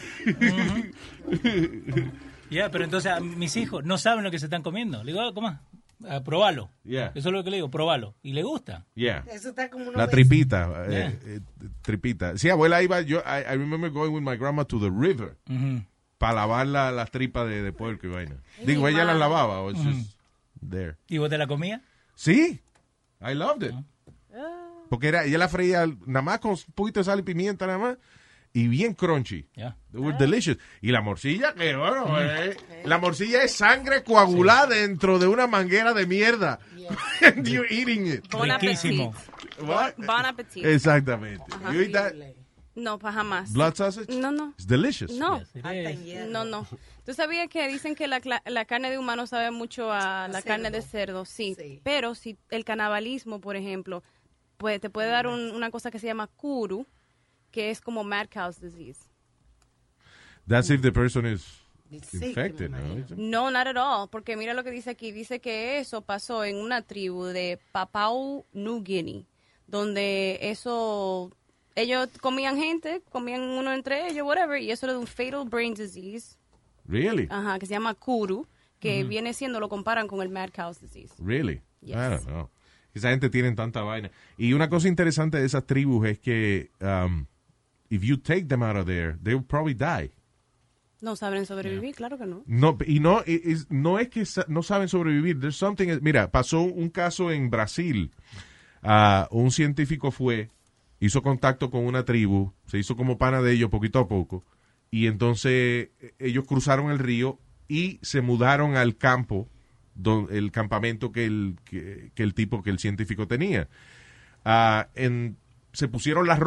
Pero entonces mis hijos no saben lo que se están comiendo. Le digo, ¿cómo? Probalo. Yeah. Eso es lo que le digo, probalo. Y le gusta. Yeah. Eso está como La tripita. Tripita. Sí, abuela iba, I remember going with my grandma to the river para lavar las tripas de puerco y vaina. Digo, ella las lavaba. O it's just there. ¿Y vos te la comías? Sí. I loved it. Porque ella la freía nada más con un poquito de sal y pimienta nada más. Y bien crunchy. Yeah. They were delicious. Y la morcilla, que bueno, la morcilla es sangre coagulada dentro de una manguera de mierda. And you're eating it. Bon Riquísimo. appetit. What? Bon appetit. Exactamente. You eat that No, pues jamás. blood sausage? No. It's delicious. No. Yes, it is. No. ¿Tú sabías que dicen que la carne de humano sabe mucho a la carne de cerdo? Sí. Pero si el canibalismo, por ejemplo, pues te puede dar una cosa que se llama kuru, que es como mad cow's disease. That's if the person is infected, ¿no? No, not at all, porque mira lo que dice aquí. Dice que eso pasó en una tribu de Papua New Guinea, donde ellos comían uno entre ellos, whatever, y eso era de un fatal brain disease. Really? Ajá, que se llama Kuru, que viene siendo, lo comparan con el mad cow's disease. Really? Yes. I don't know. Esa gente tiene tanta vaina. Y una cosa interesante de esas tribus es que if you take them out of there, they will probably die. No saben sobrevivir, claro que no. No, y no es que no saben sobrevivir. There's something. Mira, pasó un caso en Brasil. Un científico hizo contacto con una tribu, se hizo como pana de ellos poquito a poco, y entonces ellos cruzaron el río y se mudaron al campo, el campamento que el científico tenía. Se pusieron una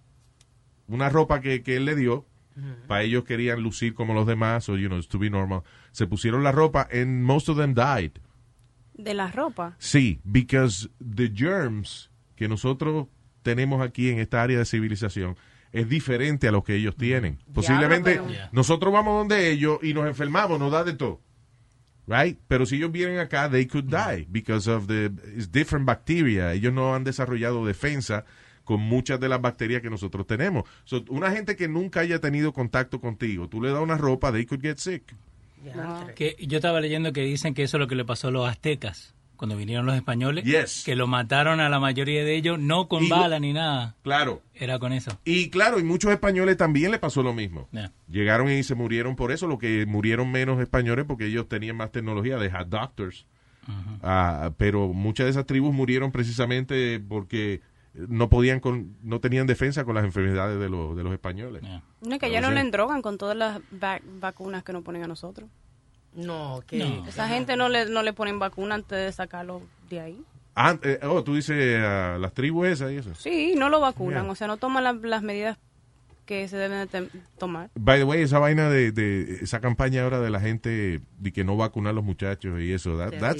ropa que él le dio. Para ellos querían lucir como los demás, o to be normal. Se pusieron la ropa and most of them died. ¿De la ropa? Sí, because the germs que nosotros tenemos aquí en esta área de civilización es diferente a lo que ellos tienen. Posiblemente nosotros vamos donde ellos y nos enfermamos, nos da de todo. Right? Pero si ellos vienen acá, they could die because of it's different bacteria. Ellos no han desarrollado defensa con muchas de las bacterias que nosotros tenemos. So, una gente que nunca haya tenido contacto contigo, tú le das una ropa, they could get sick. Que yo estaba leyendo que dicen que eso es lo que le pasó a los aztecas cuando vinieron los españoles. Yes. Que lo mataron a la mayoría de ellos, no con bala ni nada. Claro. Era con eso. Y claro, y muchos españoles también le pasó lo mismo. Yeah. Llegaron y se murieron por eso, lo que murieron menos españoles porque ellos tenían más tecnología, they had doctors. Pero muchas de esas tribus murieron precisamente porque no tenían defensa con las enfermedades de los españoles. No, que ya no le endrogan con todas las vacunas que nos ponen a nosotros. No, esa gente no le ponen vacuna antes de sacarlo de ahí. Tú dices las tribus esas y eso. Sí, no lo vacunan, o sea, no toman las medidas que se deben de tomar. By the way, esa vaina de esa campaña ahora de la gente de que no vacunar a los muchachos y eso,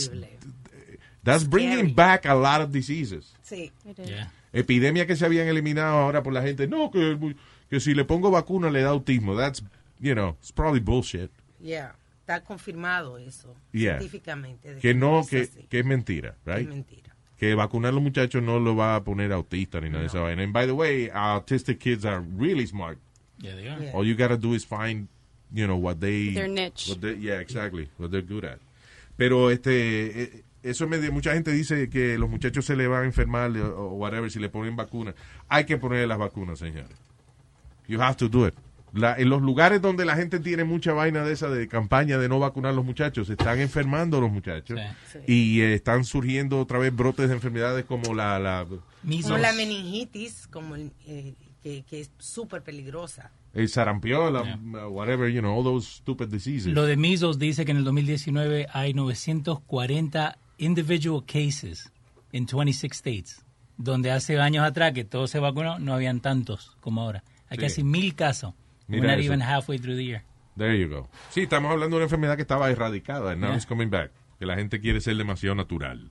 that's bringing back a lot of diseases. Sí. Epidemias que se habían eliminado ahora por la gente. No, que si le pongo vacuna le da autismo. That's, it's probably bullshit. Yeah, está confirmado eso científicamente. Que es mentira, right? Es mentira. Que vacunar a los muchachos no lo va a poner autista ni nada de esa vaina. And by the way, autistic kids are really smart. Yeah, they are. Yeah. All you gotta do is find, what their niche. Exactly, what they're good at. Pero eso mucha gente dice que los muchachos se le van a enfermar o whatever si le ponen vacunas. Hay que ponerle las vacunas, señores. You have to do it. En los lugares donde la gente tiene mucha vaina de esa de campaña de no vacunar a los muchachos, se están enfermando los muchachos y están surgiendo otra vez brotes de enfermedades como la meningitis, como que es súper peligrosa. El sarampión, whatever, all those stupid diseases. Lo de measles dice que en el 2019 hay 940 individual cases en 26 states, donde hace años atrás que todos se vacunó, no habían tantos como ahora. Hay casi 1,000 casos. We're not even halfway through the year. There you go. Sí, estamos hablando de una enfermedad que estaba erradicada, and now it's coming back. Que la gente quiere ser demasiado natural.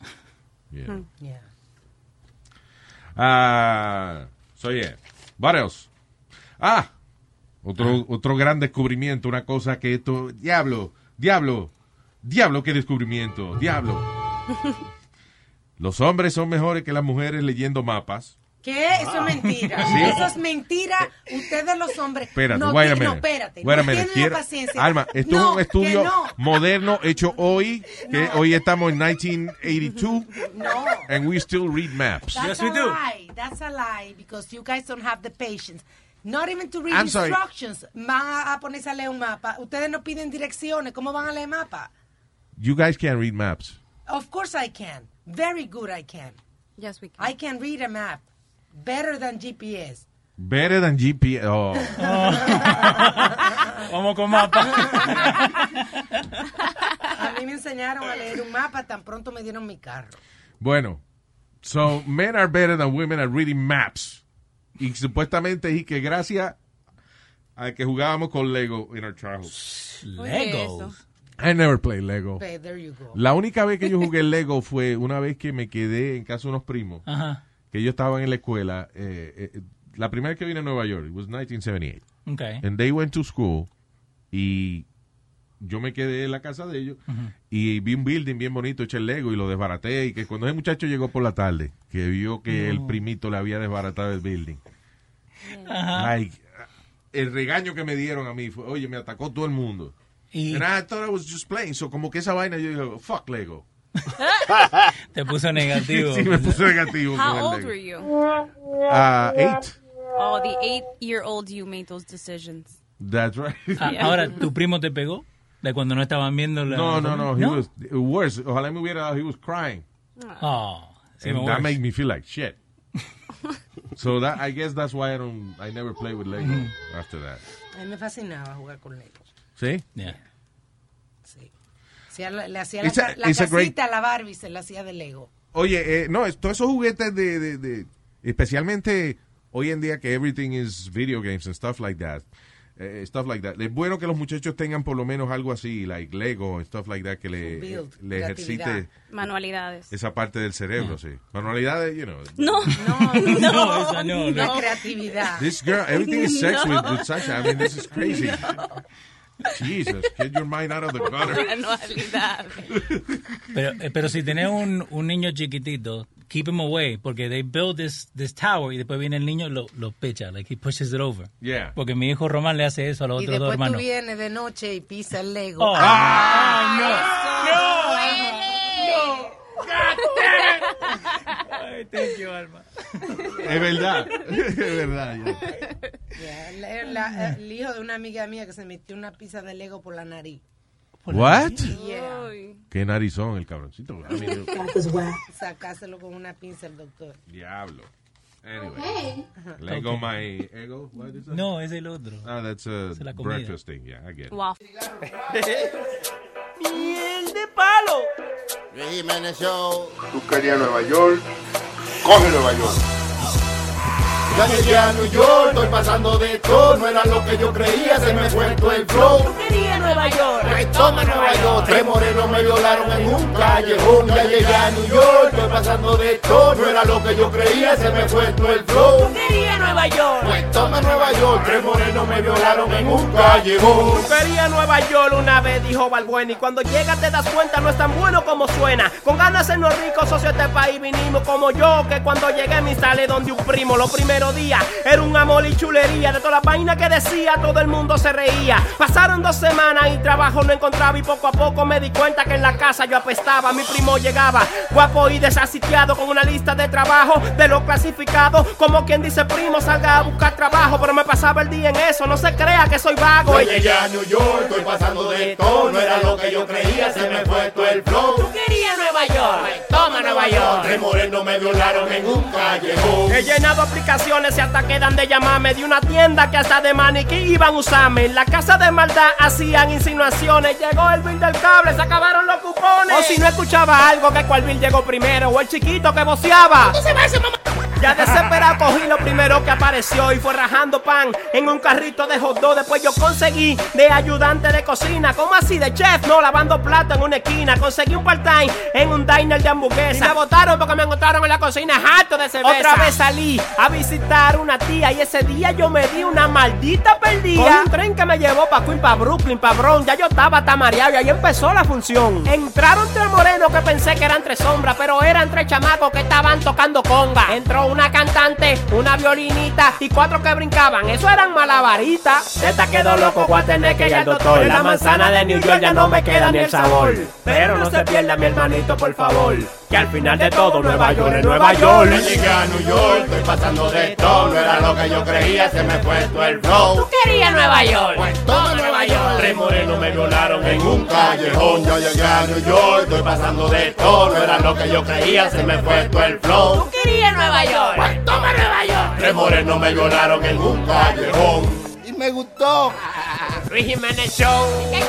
What else? Otro gran descubrimiento, una cosa que esto... Diablo, qué descubrimiento, diablo. Los hombres son mejores que las mujeres leyendo mapas. ¿Qué? Eso es mentira. ¿Sí? Eso es mentira. Ustedes los hombres espérate, no tienen la paciencia. Alma, esto es un estudio moderno hecho hoy, que hoy estamos en 1982. No. And we still read maps. That's a lie. That's a lie because you guys don't have the patience. Not even to read instructions. Van a ponerse a leer un mapa. Ustedes no piden direcciones. ¿Cómo van a leer mapa? You guys can't read maps. Of course I can. Very good I can. Yes, we can. I can read a map. Better than GPS. Better than GPS. Oh. Vamos con mapa. A mí me enseñaron a leer un mapa tan pronto me dieron mi carro. Bueno, so men are better than women at reading maps. Y supuestamente y que gracias a que jugábamos con Lego in our childhood. Lego. I never played Lego. Okay, there you go. La única vez que yo jugué Lego fue una vez que me quedé en casa de unos primos. Ajá. Que ellos estaban en la escuela. La primera vez que vine a Nueva York, it was 1978. Okay. And they went to school y yo me quedé en la casa de ellos y vi un building bien bonito, eché el Lego y lo desbaraté. Y que cuando ese muchacho llegó por la tarde, que vio que el primito le había desbaratado el building. Like, el regaño que me dieron a mí fue, oye, me atacó todo el mundo. And I thought I was just playing. So como que esa vaina yo digo, fuck Lego. Te puso negativo. Sí, me puso negativo. How old were you? 8. Oh, the 8-year-old you made those decisions. That's right. Ahora, ¿tu primo te pegó? De cuando no estaban viendo la... No. He was worse. Ojalá me hubiera dado. He was crying. Oh, and that made me feel like shit. So that, I guess that's why I never play with Lego after that. A mí me fascinaba jugar con Lego. ¿Sí? Yeah. Sí. Le hacía la casita a la Barbie, se la hacía de Lego. Oye, no, todos esos juguetes de especialmente hoy en día que everything is video games and stuff like that. Es bueno que los muchachos tengan por lo menos algo así, like Lego and stuff like that, que le ejercite manualidades. Esa parte del cerebro, sí. Manualidades, you know. No. La creatividad. This girl, everything is sex with Sasha. I mean, this is crazy. Jesus, get your mind out of the gutter. Pero si tenés un niño chiquitito, keep him away, porque they build this tower y después viene el niño lo pecha, like he pushes it over. Yeah. Porque mi hijo Román le hace eso a los otros dos hermanos. Y después tú vienes de noche y pisa el Lego. Oh. No. Ay, thank you, Alma. Es verdad. Yeah, el hijo de una amiga mía que se metió una pizza de Lego por la nariz. What? Yeah. Qué narizón el cabroncito. Sacáselo con una pinza el doctor. Diablo. Anyway. Lego my ego. What is that? No, es el otro. That's a breakfast thing. Yeah, I get it. Wow. ¡Miel de palo! Luis Jiménez Show. Tú querías Nueva York, coge Nueva York. Ya llegué a New York, estoy pasando de todo. No era lo que yo creía, se me fue todo el flow. Tú querías Nueva York. Ay, toma Nueva York. Tres morenos me violaron en un callejón. Ya llegué a New York, estoy pasando de todo. No era lo que yo creía, se me fue todo el flow. Tú querías Nueva York. Ay, toma Nueva York. Tres morenos me violaron en un callejón. Tú querías Nueva York, una vez dijo Balbuena. Y cuando llegas te das cuenta, no es tan bueno como suena. Con ganas de sernos ricos, socio, este país vinimos como yo. Que cuando llegué me instalé donde un primo. Lo primero día era un amor y chulería. De todas las vainas que decía todo el mundo se reía. Pasaron 2 semanas y trabajo no encontraba. Y poco a poco me di cuenta que en la casa yo apestaba. Mi primo llegaba guapo y desasitiado con una lista de trabajo de los clasificados. Como quien dice, primo, salga a buscar trabajo. Pero me pasaba el día en eso, no se crea que soy vago. Yo llegué a New York, estoy pasando de todo. No era lo que yo creía, se me fue todo el flow. Tú querías Nueva York. Ay, toma Nueva York. Tres morenos me violaron en un callejón. He llenado aplicaciones y hasta quedan de llamarme de una tienda que hasta de maniquí iban a usarme. En la casa de maldad hacían insinuaciones. Llegó el bill del cable, se acabaron los cupones. O si no escuchaba algo, que cuál bill llegó primero. O el chiquito que voceaba. ¿Tú se va ese mamá? Ya desesperado cogí lo primero que apareció y fue rajando pan en un carrito de hot dog. Después yo conseguí de ayudante de cocina. ¿Cómo así? De chef, no, lavando plato en una esquina. Conseguí un part-time en un diner de hamburguesa. Y me botaron porque me encontraron en la cocina harto de cerveza. Otra vez salí a visitar una tía y ese día yo me di una maldita perdida. Con un tren que me llevó pa' Queen, pa' Brooklyn, pa' Bronx. Ya yo estaba tamareado y ahí empezó la función. Entraron 3 morenos que pensé que eran 3 sombras, pero eran 3 chamacos que estaban tocando conga. Entró una cantante, una violinita y 4 que brincaban, eso eran malabaritas. Esta quedó loco, voy a tener que ir al doctor. La manzana de New York ya no me queda ni el sabor. Pero no se pierda mi hermanito, por favor, que al final de todo Nueva York es Nueva York. Yo llegué a New York, estoy pasando de todo. No era lo que yo creía, se me fue todo el flow. Tú querías Nueva York. Pues toma Nueva York. Tres morenos me violaron en un callejón. Yo llegué a New York, estoy pasando de todo. No era lo que yo creía, se me fue todo el flow. Tú querías Nueva York. Pues toma Nueva York. Tres morenos me violaron en un callejón. Y me gustó. Luis Jiménez Show.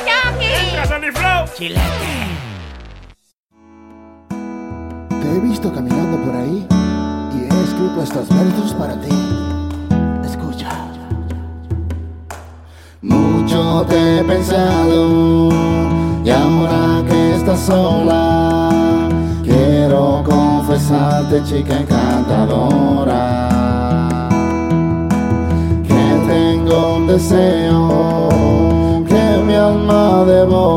Entra Sony Flow. Chilete. Te he visto caminando por ahí y he escrito estos versos para ti. Escucha. Mucho te he pensado y ahora que estás sola quiero confesarte, chica encantadora, que tengo un deseo que mi alma devora.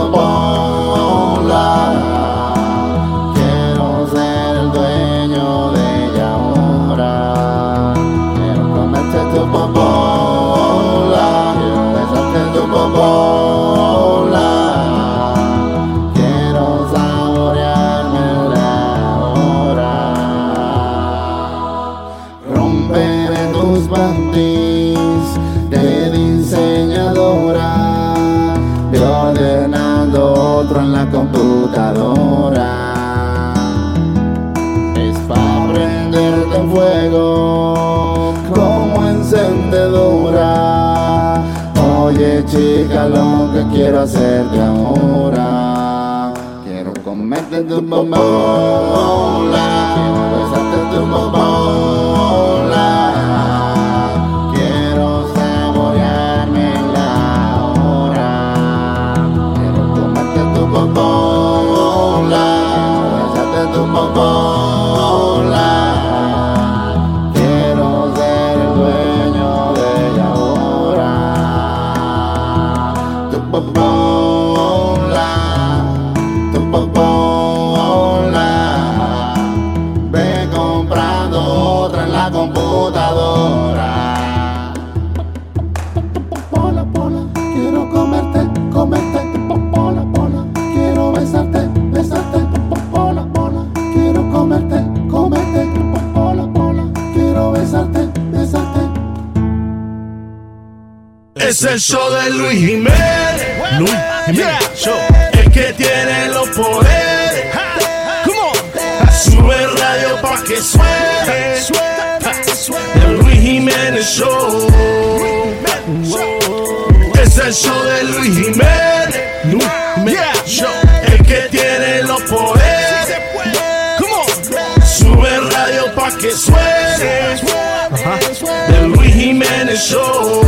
popola. Quiero ser el dueño de ella ahora. Quiero comerte tu popola. Quiero besarte tu popola. Quiero saboreármela ahora. Romperé tus bandis de diseñadora, y ordenando otro en la computadora. Es para prenderte en fuego como encendedora. Oye chica, lo que quiero hacerte ahora. Quiero comerte tu popola. Quiero besarte tu popola. Quiero saboreármela ahora. Quiero comerte tu popola. Quiero besarte tu popola. Quiero ser el dueño de ella ahora. Tu popola. Tu popola. Ve comprando otra en la computadora. Pola, pola, quiero comerte, comerte, pola, pola. Quiero besarte, besarte, pola, pola. Quiero comerte, comerte, pola, pola. Quiero besarte, besarte. Es el show de Luis Jiménez. Luis Jiménez Show. El que tiene los poderes. Sube radio pa' que suene. El Luis Jiménez Show. Es el show de Luis Jiménez. Luis Jiménez Show. El que tiene los poderes. Sube radio pa' que suene. El Luis Jiménez Show.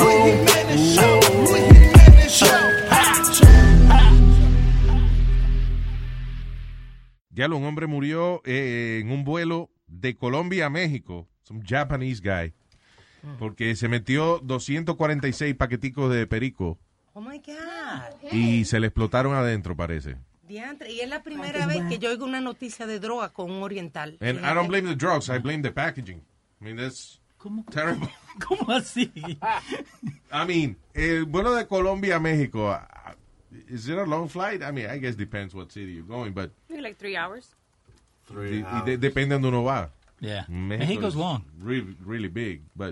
Ya un hombre murió en un vuelo de Colombia a México, some Japanese guy, porque se metió 246 paqueticos de perico Oh my God. y se le explotaron adentro, parece. Diantre, y es la primera vez que yo oigo una noticia de droga con un oriental. And I don't blame the drugs, I blame the packaging. I mean, that's terrible. ¿Cómo así? I mean, el vuelo de Colombia a México, is it a long flight? I mean, I guess depends what city you're going, but Maybe like 3 hours. depende de donde uno va. Yeah. Mexico's Mexico's long. Really, really big, but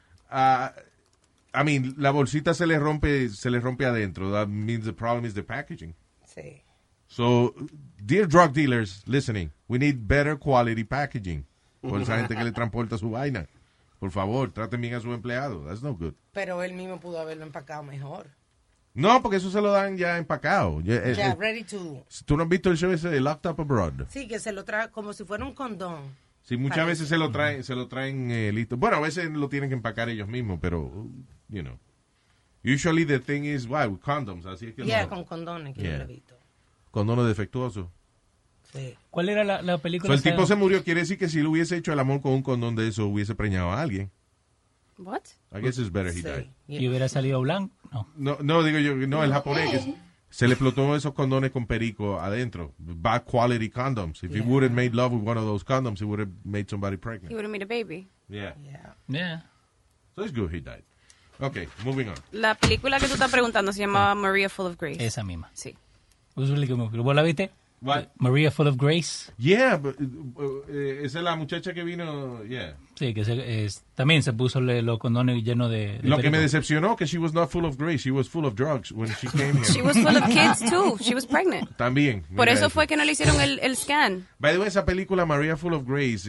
I mean, la bolsita se le rompe adentro. That means the problem is the packaging. Sí. So, dear drug dealers listening, we need better quality packaging. Por esa gente que le transporta su vaina. Por favor, traten bien a su empleado. That's no good. Pero él mismo pudo haberlo empacado mejor. No, porque eso se lo dan ya empacado. Ya, ready to... ¿Tú no has visto el show ese de Locked Up Abroad? Sí, que se lo trae como si fuera un condón. Sí, muchas veces se lo traen listo. Bueno, a veces lo tienen que empacar ellos mismos, pero, you know. Usually the thing is, with condoms. Así es que con condones que yo lo he visto. Condones defectuosos. Sí. ¿Cuál era la película? El tipo se murió, quiere decir que si lo hubiese hecho el amor con un condón de eso, hubiese preñado a alguien. What? I guess it's better he died. ¿Y hubiera salido blanco? No, digo yo, no, el japonés, que se le explotó esos condones con perico adentro. Bad quality condoms. If he would have made love with one of those condoms, he would have made somebody pregnant. He would have made a baby. Yeah. Yeah. So it's good he died. Okay, moving on. La película que tú estás preguntando se llamaba Maria Full of Grace. Esa misma. Sí. ¿Vos la viste? What? Maria Full of Grace. Yeah, but, esa es la muchacha que vino, yeah. Sí, que también se puso los condones llenos de Lo que perico. me decepcionó que she was not full of grace, she was full of drugs when she came here. She was full of kids too. She was pregnant. También. Por mira eso fue que no le hicieron el scan. By the way, esa película Maria Full of Grace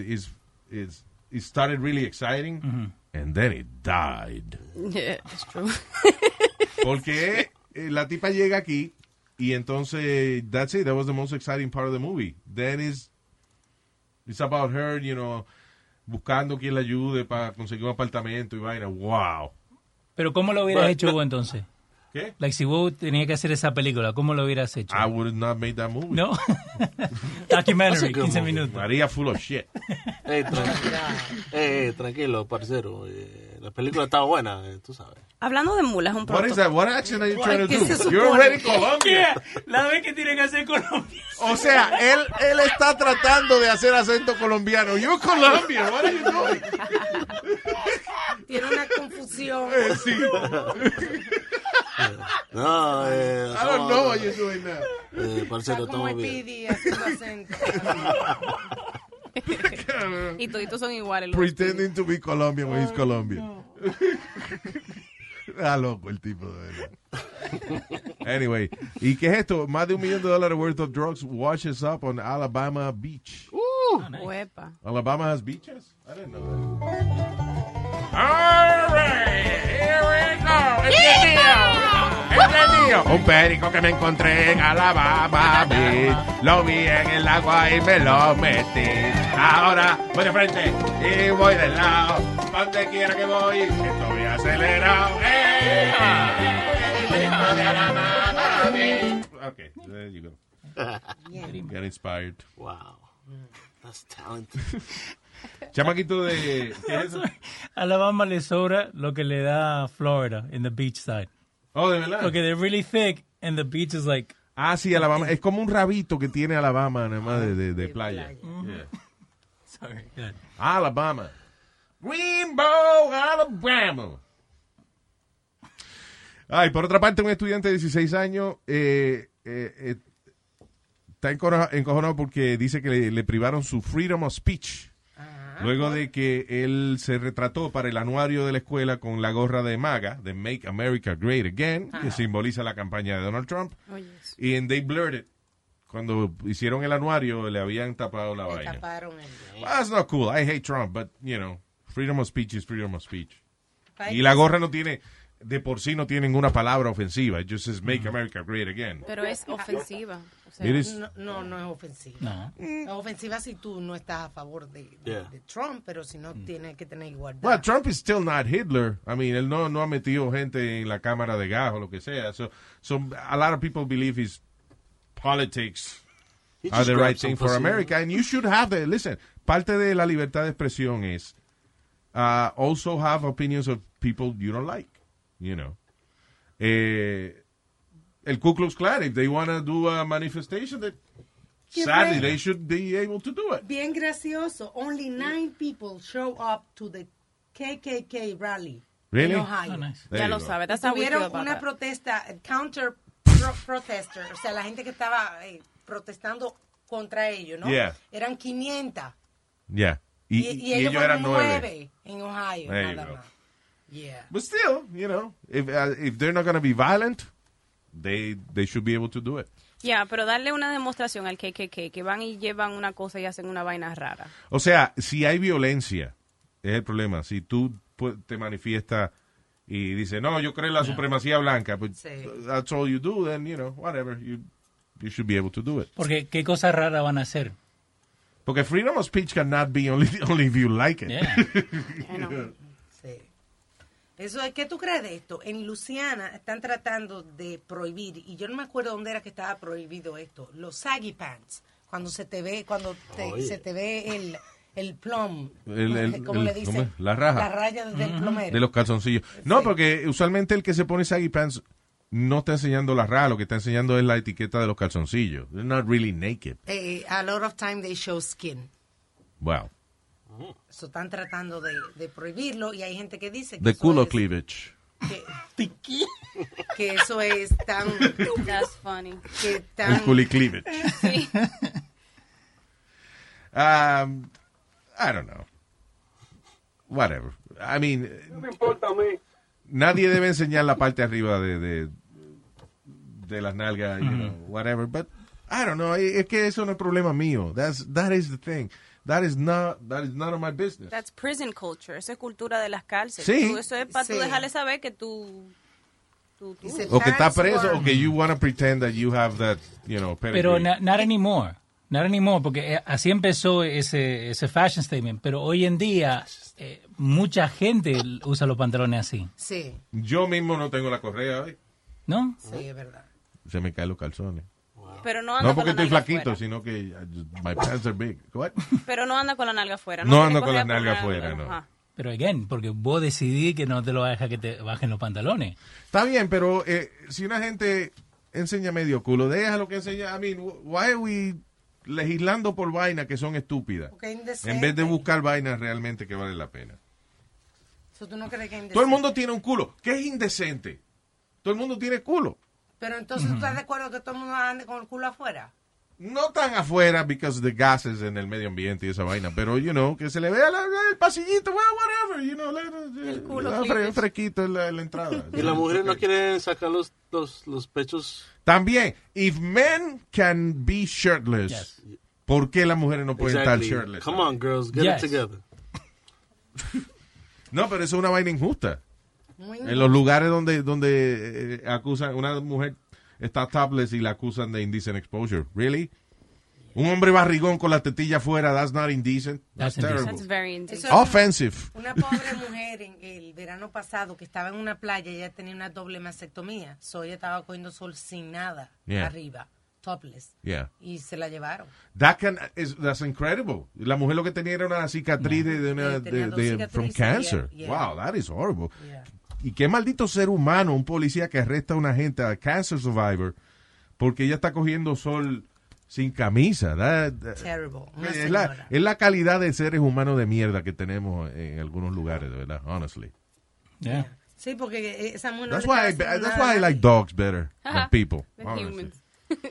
it started really exciting and then it died. Yeah, it's true. Porque la tipa llega aquí y entonces that's it. That was the most exciting part of the movie. Then it's about her, you know, buscando quien la ayude para conseguir un apartamento y vaina. Wow. Pero ¿cómo lo hubieras hecho vos entonces? ¿Qué? Like, si vos tenías que hacer esa película, ¿cómo lo hubieras hecho? I would have not made that movie. No. Documentary, 15 minutos. María full of shit. Tranquilo, parcero. La película está buena, tú sabes. Hablando de mulas, un What is that? What action are you trying to ¿Qué se do? supone? You're already in Colombia. La vez que tienen que hacer Colombia. O sea, él está tratando de hacer acento colombiano. You're Colombian. What are you doing? Tiene una confusión. Sí. No, I don't know what you're doing now. Parece que Está como estamos el bien. PD haciendo acento. Y toditos son iguales. los Pretending to be Colombian when he's Colombian. Ah, loco el tipo, de verdad. Anyway, ¿y qué es esto? Más de $1 million worth of drugs washes up on Alabama beach. Uepa. Alabama has beaches? I didn't know that. All right, here we go. ¡Entendido! Un perico que me encontré en Alabama Beach. Lo vi en el agua y me lo metí. Ahora voy de frente y voy de lado. Donde quiera que voy, estoy acelerado. Okay, there you go. Get inspired. Wow. That's talent. Chamaquito de... ¿qué es eso? Alabama le sobra lo que le da Florida in the beach side. Oh, de verdad. Porque they're really thick and the beach is like... Ah, sí, Alabama. Es como un rabito que tiene Alabama, nada más de playa. Yeah. Sorry. Good. Alabama. Greenbow, Alabama. Ay, por otra parte, un estudiante de 16 años está encojonado porque dice que le privaron su freedom of speech. Luego de que él se retrató para el anuario de la escuela con la gorra de MAGA, de Make America Great Again, que simboliza la campaña de Donald Trump. Y en They Blurred It, cuando hicieron el anuario, le habían tapado la vaina. Well, that's not cool. I hate Trump, but, you know, freedom of speech is freedom of speech. Y la gorra no tiene, de por sí no tiene ninguna palabra ofensiva. It just says Make America Great Again. Pero es ofensiva. O sea, It is- No es ofensiva. No. Es ofensiva si tú no estás a favor de Trump, pero si no, tienes que tener igualdad. Well, Trump is still not Hitler. I mean, él no ha metido gente en la cámara de gas o lo que sea. So a lot of people believe his politics He are just the grabbed right thing some for pussy. America. And you should have the, listen, parte de la libertad de expresión es also have opinions of people you don't like, you know. El Ku Klux Klan, if they want to do a manifestation, sadly, they should be able to do it. Bien gracioso. Only 9 people show up to the KKK rally Really? in Ohio. Oh, nice. There ya you lo go. sabe. That's how we feel Tuvieron about una that. protesta, protester, o sea, la gente que estaba protestando contra ellos, ¿no? Yeah. Eran 500. Yeah. Y ellos eran fueron 9. 9 en Ohio, There you nada go. más. Yeah. But still, you know, if they're not going to be violent, they should be able to do it. Ya, pero darle una demostración al KKK, que van y llevan una cosa y hacen una vaina rara. O sea, si hay violencia, es el problema. Si tú te manifiestas y dices, no, yo creo en la supremacía blanca, but that's all you do, then, you know, whatever, you should be able to do it. Porque qué cosas raras van a hacer. Porque freedom of speech cannot be only if you like it. Yeah. Sí. Eso es, ¿qué tú crees de esto? En Luisiana están tratando de prohibir, y yo no me acuerdo dónde era que estaba prohibido esto, los saggy pants, cuando se te ve, se te ve el plum, ¿cómo le dicen? ¿cómo es? La raja. La raya del plomero. De los calzoncillos. No, porque usualmente el que se pone saggy pants no está enseñando la raja, lo que está enseñando es la etiqueta de los calzoncillos. They're not really naked. A lot of time they show skin. Wow. So, están tratando de prohibirlo y hay gente que dice que The eso culo es- cleavage. que eso es tan That's funny. que tan El culi cleavage. Sí. I don't know. Whatever. I mean, No me importa a mí. nadie debe enseñar la parte arriba de las nalgas, you know, whatever. But I don't know. Es que eso no es problema mío. That is the thing. That is none of my business. That's prison culture. Eso es cultura de las cárceles. Sí. Eso es para tú Sí. dejarle saber que tú. Dice, O que está pants preso, were- o que you want to pretend that you have that, you know, Pero pedigree. not anymore. Not anymore, porque así empezó ese fashion statement. Pero hoy en día, mucha gente usa los pantalones así. Sí, Yo mismo no tengo la correa hoy. ¿No? sí, es verdad. Se me caen los calzones. Pero no anda No con porque la estoy nalga flaquito, afuera. sino que my pants are big. What? Pero no anda con la nalga afuera. No tiene ando con correa la nalga por afuera, no. Ajá. Pero, again, porque vos decidís que no te lo vas a dejar que te bajen los pantalones. Está bien, pero si una gente enseña medio culo, déjalo que enseña. I mean, why are we legislando por vainas que son estúpidas? En vez de buscar vainas realmente que valen la pena. ¿Tú no crees que es indecente? Todo el mundo tiene un culo. ¿Qué es indecente? Todo el mundo tiene culo. Pero entonces, ¿tú estás de acuerdo que todo el mundo ande con el culo afuera? No tan afuera, because the gases en el medio ambiente y esa vaina, pero, que se le vea el pasillito, well, whatever, el culo fresquito en la entrada. Y las mujeres no quieren sacar los pechos. También, if men can be shirtless, ¿por qué las mujeres no pueden estar shirtless? Come on, girls, get it together. No, pero eso es una vaina injusta. En los lugares donde acusan, una mujer está topless y la acusan de indecent exposure. Really? Un hombre barrigón con la tetilla afuera, that's not indecent. That's terrible. That's very indecent. Offensive. Una pobre mujer en el verano pasado que estaba en una playa, ella tenía una doble mastectomía. So ella estaba cogiendo sol sin nada arriba, topless. Yeah. Y se la llevaron. That's incredible. La mujer lo que tenía era una cicatriz from cancer. Wow, that is horrible. Yeah. Y qué maldito ser humano, un policía que arresta a una gente, a cancer survivor, porque ella está cogiendo sol sin camisa. Terrible. Es la calidad de seres humanos de mierda que tenemos en algunos lugares, de verdad, honestly. Yeah. Sí, porque esa mujer That's why I like dogs better than people. Humans.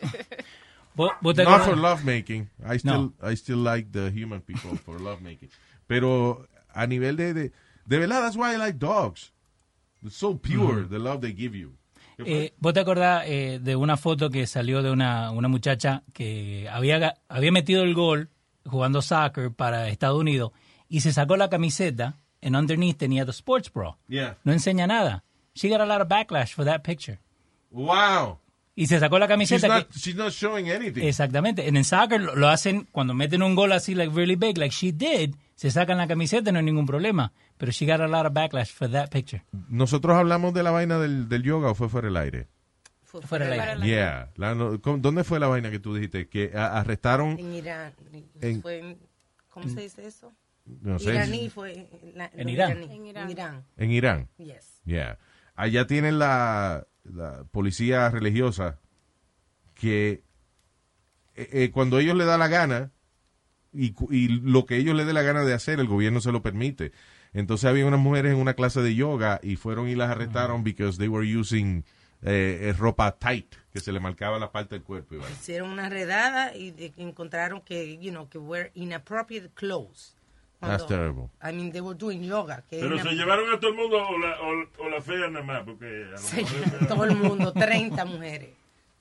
Not for lovemaking. I still like the human people for lovemaking. Pero a nivel de verdad, that's why I like dogs. It's so pure, the love they give you. ¿Vos te acordás de una foto que salió de una muchacha que había metido el gol jugando soccer para Estados Unidos y se sacó la camiseta and underneath tenía the sports bra? Yeah. No enseña nada. She got a lot of backlash for that picture. Wow. Y se sacó la camiseta. She's not showing anything. Exactamente. En el soccer lo hacen cuando meten un gol así, like really big, like she did. Se sacan la camiseta, no hay ningún problema. Pero she got a lot of backlash for that picture. ¿Nosotros hablamos de la vaina del yoga o fue fuera del aire? Fuera del aire. Yeah. ¿Dónde fue la vaina que tú dijiste? Que arrestaron... En Irán. ¿Cómo se dice eso? No sé. Iraní fue... En Irán. En Irán. En Irán. Yes. Yeah. Allá tienen la policía religiosa que cuando ellos le da la gana y lo que ellos le dé la gana de hacer, el gobierno se lo permite. Entonces había unas mujeres en una clase de yoga y fueron y las arrestaron because they were using ropa tight, que se le marcaba la parte del cuerpo. Hicieron una redada y encontraron que, que were inappropriate clothes. That's terrible. I mean, they were doing yoga. Pero se llevaron a todo el mundo o la fea nada más, porque... todo el mundo, 30 mujeres.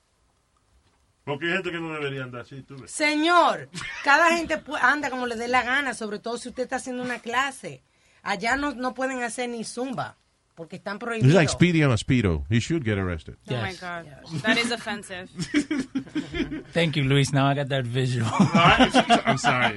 Porque hay gente que no debería andar así, tú ves. Señor, cada gente anda como le dé la gana, sobre todo si usted está haciendo una clase. Allá no pueden hacer ni zumba, porque están prohibidos. It's like Speedy on a Speedo. He should get arrested. Oh my God. That is offensive. Thank you, Luis. Now I got that visual. I'm sorry.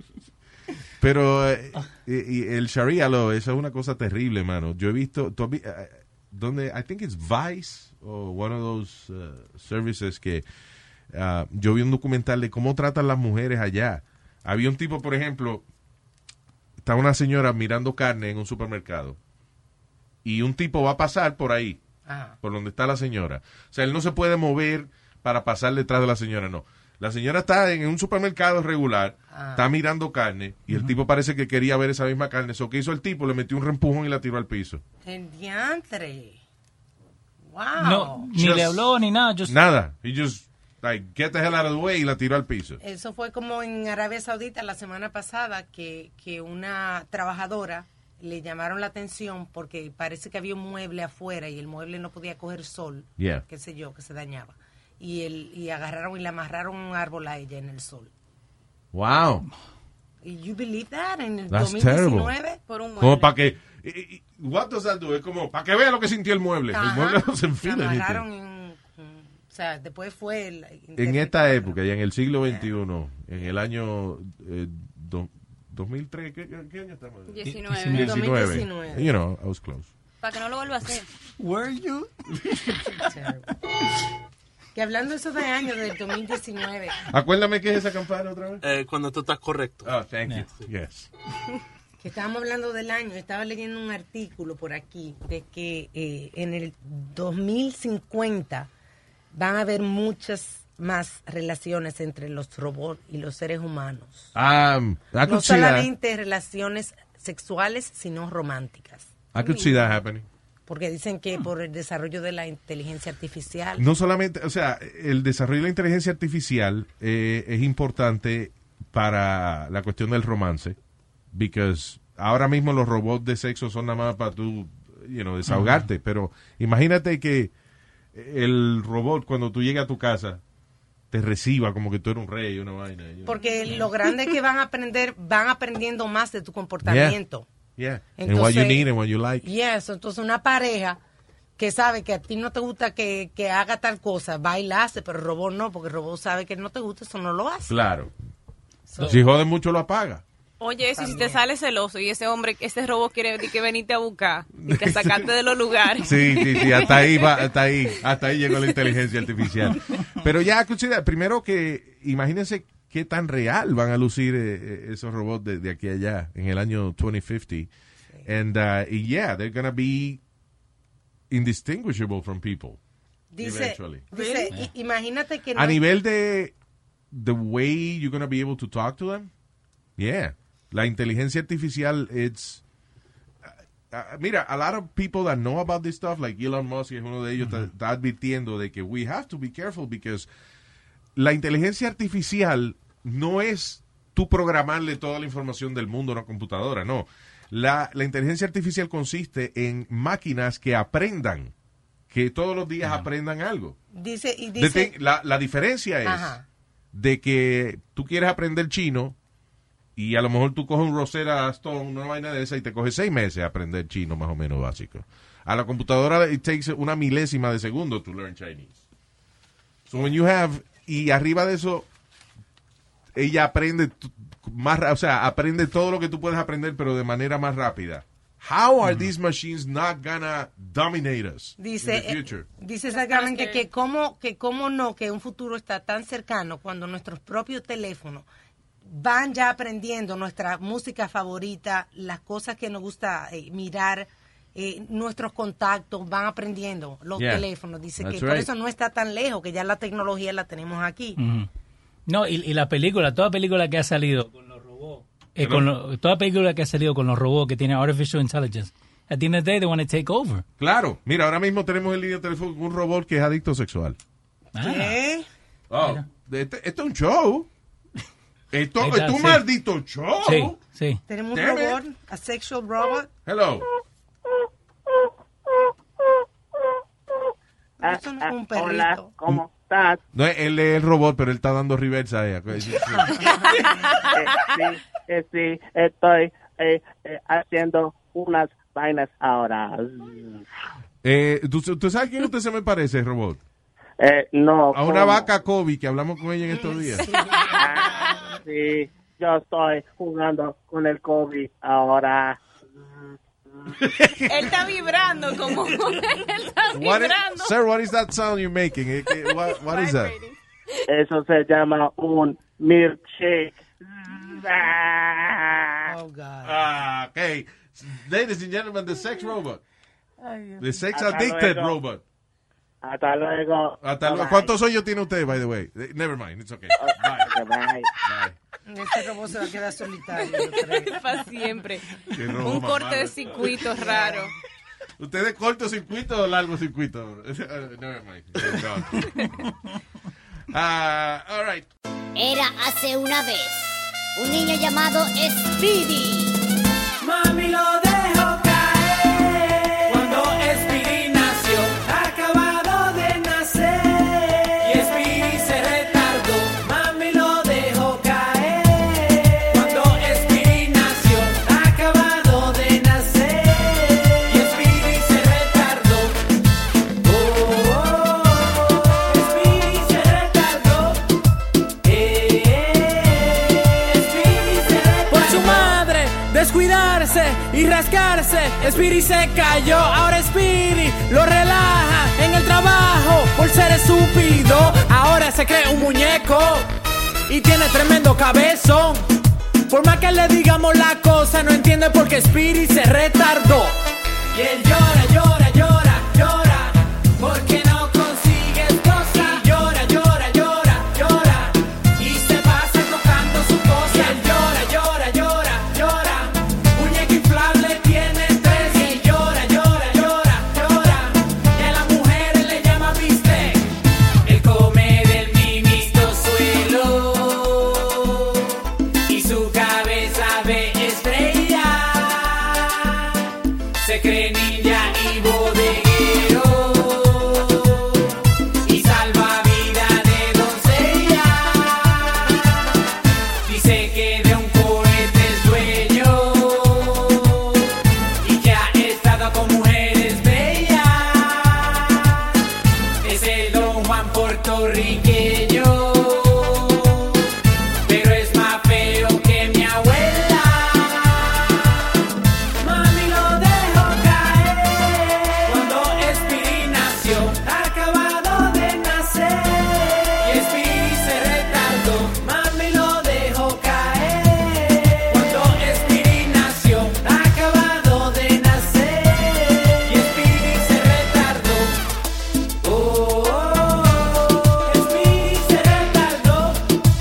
Pero y el Sharia law, eso es una cosa terrible, mano. Yo he visto, donde, I think it's Vice, o one of those services que yo vi un documental de cómo tratan las mujeres allá. Había un tipo, por ejemplo, está una señora mirando carne en un supermercado y un tipo va a pasar por ahí, por donde está la señora. O sea, él no se puede mover para pasar detrás de la señora, no. La señora está en un supermercado regular, está mirando carne, y el tipo parece que quería ver esa misma carne. Eso que hizo el tipo, le metió un reempujón y la tiró al piso. El diantre. Wow. No, ni le habló ni nada. Nada. He just, like, get the hell out of the way y la tiró al piso. Eso fue como en Arabia Saudita la semana pasada, que una trabajadora le llamaron la atención porque parece que había un mueble afuera y el mueble no podía coger sol, qué sé yo, que se dañaba. Y agarraron y le amarraron un árbol a ella en el sol. Wow. You believe that? En el That's 2019 terrible. por un mueble. Como para que what does that do? Es como para que vea lo que sintió el mueble. El mueble no se enfila. Se amarraron o sea, después fue en esta época, ya en el siglo XXI, en el año 2003, ¿qué año estamos? 19. 2019. You know, I was close. Para que no lo vuelva a hacer. Were you? Que hablando eso de años, del 2019. Acuérdame qué es esa campana otra vez. Cuando tú estás correcto. Oh, thank you. Yes. Que estábamos hablando del año, estaba leyendo un artículo por aquí de que en el 2050 van a haber muchas más relaciones entre los robots y los seres humanos. No solamente relaciones sexuales, sino románticas. I could see that happening. Porque dicen que por el desarrollo de la inteligencia artificial. No solamente, o sea, el desarrollo de la inteligencia artificial es importante para la cuestión del romance. Because ahora mismo los robots de sexo son nada más para tú, desahogarte. Pero imagínate que el robot, cuando tú llegas a tu casa, te reciba como que tú eres un rey, una vaina. Porque lo grande es que van aprendiendo más de tu comportamiento. Yeah. Entonces, and what you need and what you like. Yes, entonces una pareja que sabe que a ti no te gusta que haga tal cosa, va y la hace, pero el robot no, porque el robot sabe que no te gusta, eso no lo hace. Claro. Si jode mucho, lo apaga. Oye, eso, si te sale celoso y ese robot quiere que venirte a buscar y que sacarte de los lugares. Sí, hasta ahí llegó la inteligencia artificial. Pero ya, primero que imagínense qué tan real van a lucir esos robots de aquí a allá en el año 2050. Sí. And they're gonna be indistinguishable from people. Dice, imagínate que a nivel de the way you're gonna be able to talk to them. Yeah. La inteligencia artificial, mira, a lot of people that know about this stuff, like Elon Musk, es uno de ellos, está advirtiendo de que we have to be careful because la inteligencia artificial no es tú programarle toda la información del mundo a una computadora, no. La inteligencia artificial consiste en máquinas que aprendan, que todos los días aprendan algo. Dice la diferencia es de que tú quieres aprender chino y a lo mejor tú coges un Rosetta Stone, una vaina de esa, y te coge 6 meses aprender chino más o menos básico. A la computadora it takes una milésima de segundo to learn Chinese. So when you have, y arriba de eso, ella aprende aprende todo lo que tú puedes aprender, pero de manera más rápida. How are these machines not gonna dominate us in the future? Dice exactamente que un futuro está tan cercano cuando nuestros propios teléfonos van ya aprendiendo nuestra música favorita, las cosas que nos gusta mirar, nuestros contactos, van aprendiendo los teléfonos. Dice que por eso no está tan lejos, que ya la tecnología la tenemos aquí. No, y la película, toda película que ha salido con los robots, toda película que ha salido con los robots que tienen artificial intelligence, at the end of the day they want to take over. Claro, mira, ahora mismo tenemos en línea telefónica un robot que es adicto sexual. ¿Qué? Oh, esto es un show. Esto es un maldito show. Sí. Tenemos un robot, a sexual robot. Hello. Eso no es un perrito. Hola, ¿cómo estás? No, él es el robot, pero él está dando reversa a ella. Sí, estoy haciendo unas vainas ahora. ¿Tú sabes quién usted se me parece, robot? No. A una vaca Kobe que hablamos con ella en estos días. Sí, yo estoy jugando con el Kobe ahora. Él está vibrando como él está vibrando. Sir, what is that sound you're making? What is that? Eso se llama un milkshake. Oh God. Okay. Ladies and gentlemen, the sex robot. The sex addicted robot. Hasta luego. ¿Cuántos hoyos tiene usted, by the way? Never mind, it's okay. Bye. Este robot se va a quedar solitario. Para siempre. Un corte de circuito raro. ¿Usted es cortocircuito o largo circuito? Never mind. All right. Era hace una vez un niño llamado Speedy. Mami lo dejó caer cuando Speedy nació, acabado de nacer, y Speedy se retardó. Mami lo dejó caer cuando Speedy nació, acabado de nacer, y Speedy se retardó. Speedy se retardó. Speedy se retardó. Por su madre descuidarse y rascarse, Speedy se cayó. Ahora Speedy lo relaja en el trabajo por ser estúpido. Ahora se cree un muñeco y tiene tremendo cabezón. Por más que le digamos la cosa, no entiende por qué Speedy se retardó. Y él llora, llora, llora, llora, porque no consigues cosas. Y llora, llora, llora, llora, y se pasa tocando su cosa. Y él llora, llora, llora, llora, muñeca inflable tiene tres. Y él llora, llora, llora, llora, y a las mujeres le llama bistec. Él come del mimisto suelo y su cabeza de estrella. Se cree ninja y bodeguero y salva vida de doncella. Dice que de un cohete es dueño y que ha estado con mujeres bellas. Es el Don Juan puertorriqueño, pero es más feo que mi abuela. Mami lo dejó caer cuando Speedy nació, acabado de nacer, y Speedy se retardó. Mami lo dejó caer cuando Speedy nació, acabado de nacer, y Speedy se retardó. Oh, Speedy se retardó.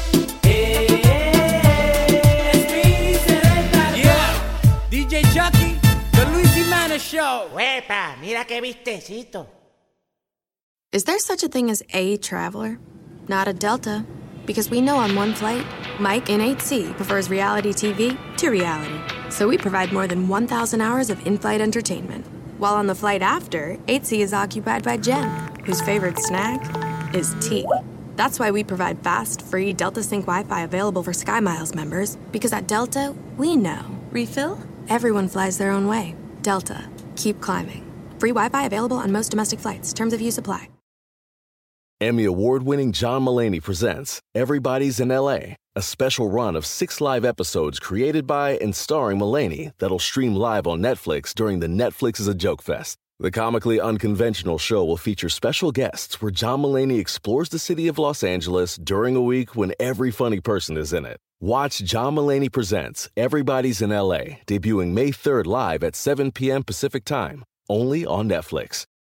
Speedy se retardó. Yeah, DJ Chucky, The Luis Jimenez Show. Huepa, mira qué vistecito. Is there such a thing as a traveler? Not a Delta. Because we know on one flight, Mike in 8C prefers reality TV to reality. So we provide more than 1,000 hours of in-flight entertainment. While on the flight after, 8C is occupied by Jen, whose favorite snack is tea. That's why we provide fast, free Delta Sync Wi-Fi available for SkyMiles members. Because at Delta, we know. Refill? Everyone flies their own way. Delta. Keep climbing. Free Wi-Fi available on most domestic flights. Terms of use apply. Emmy award-winning John Mulaney presents Everybody's in L.A., a special run of 6 live episodes created by and starring Mulaney that'll stream live on Netflix during the Netflix is a Joke Fest. The comically unconventional show will feature special guests where John Mulaney explores the city of Los Angeles during a week when every funny person is in it. Watch John Mulaney Presents Everybody's in L.A., debuting May 3rd live at 7 p.m. Pacific Time, only on Netflix.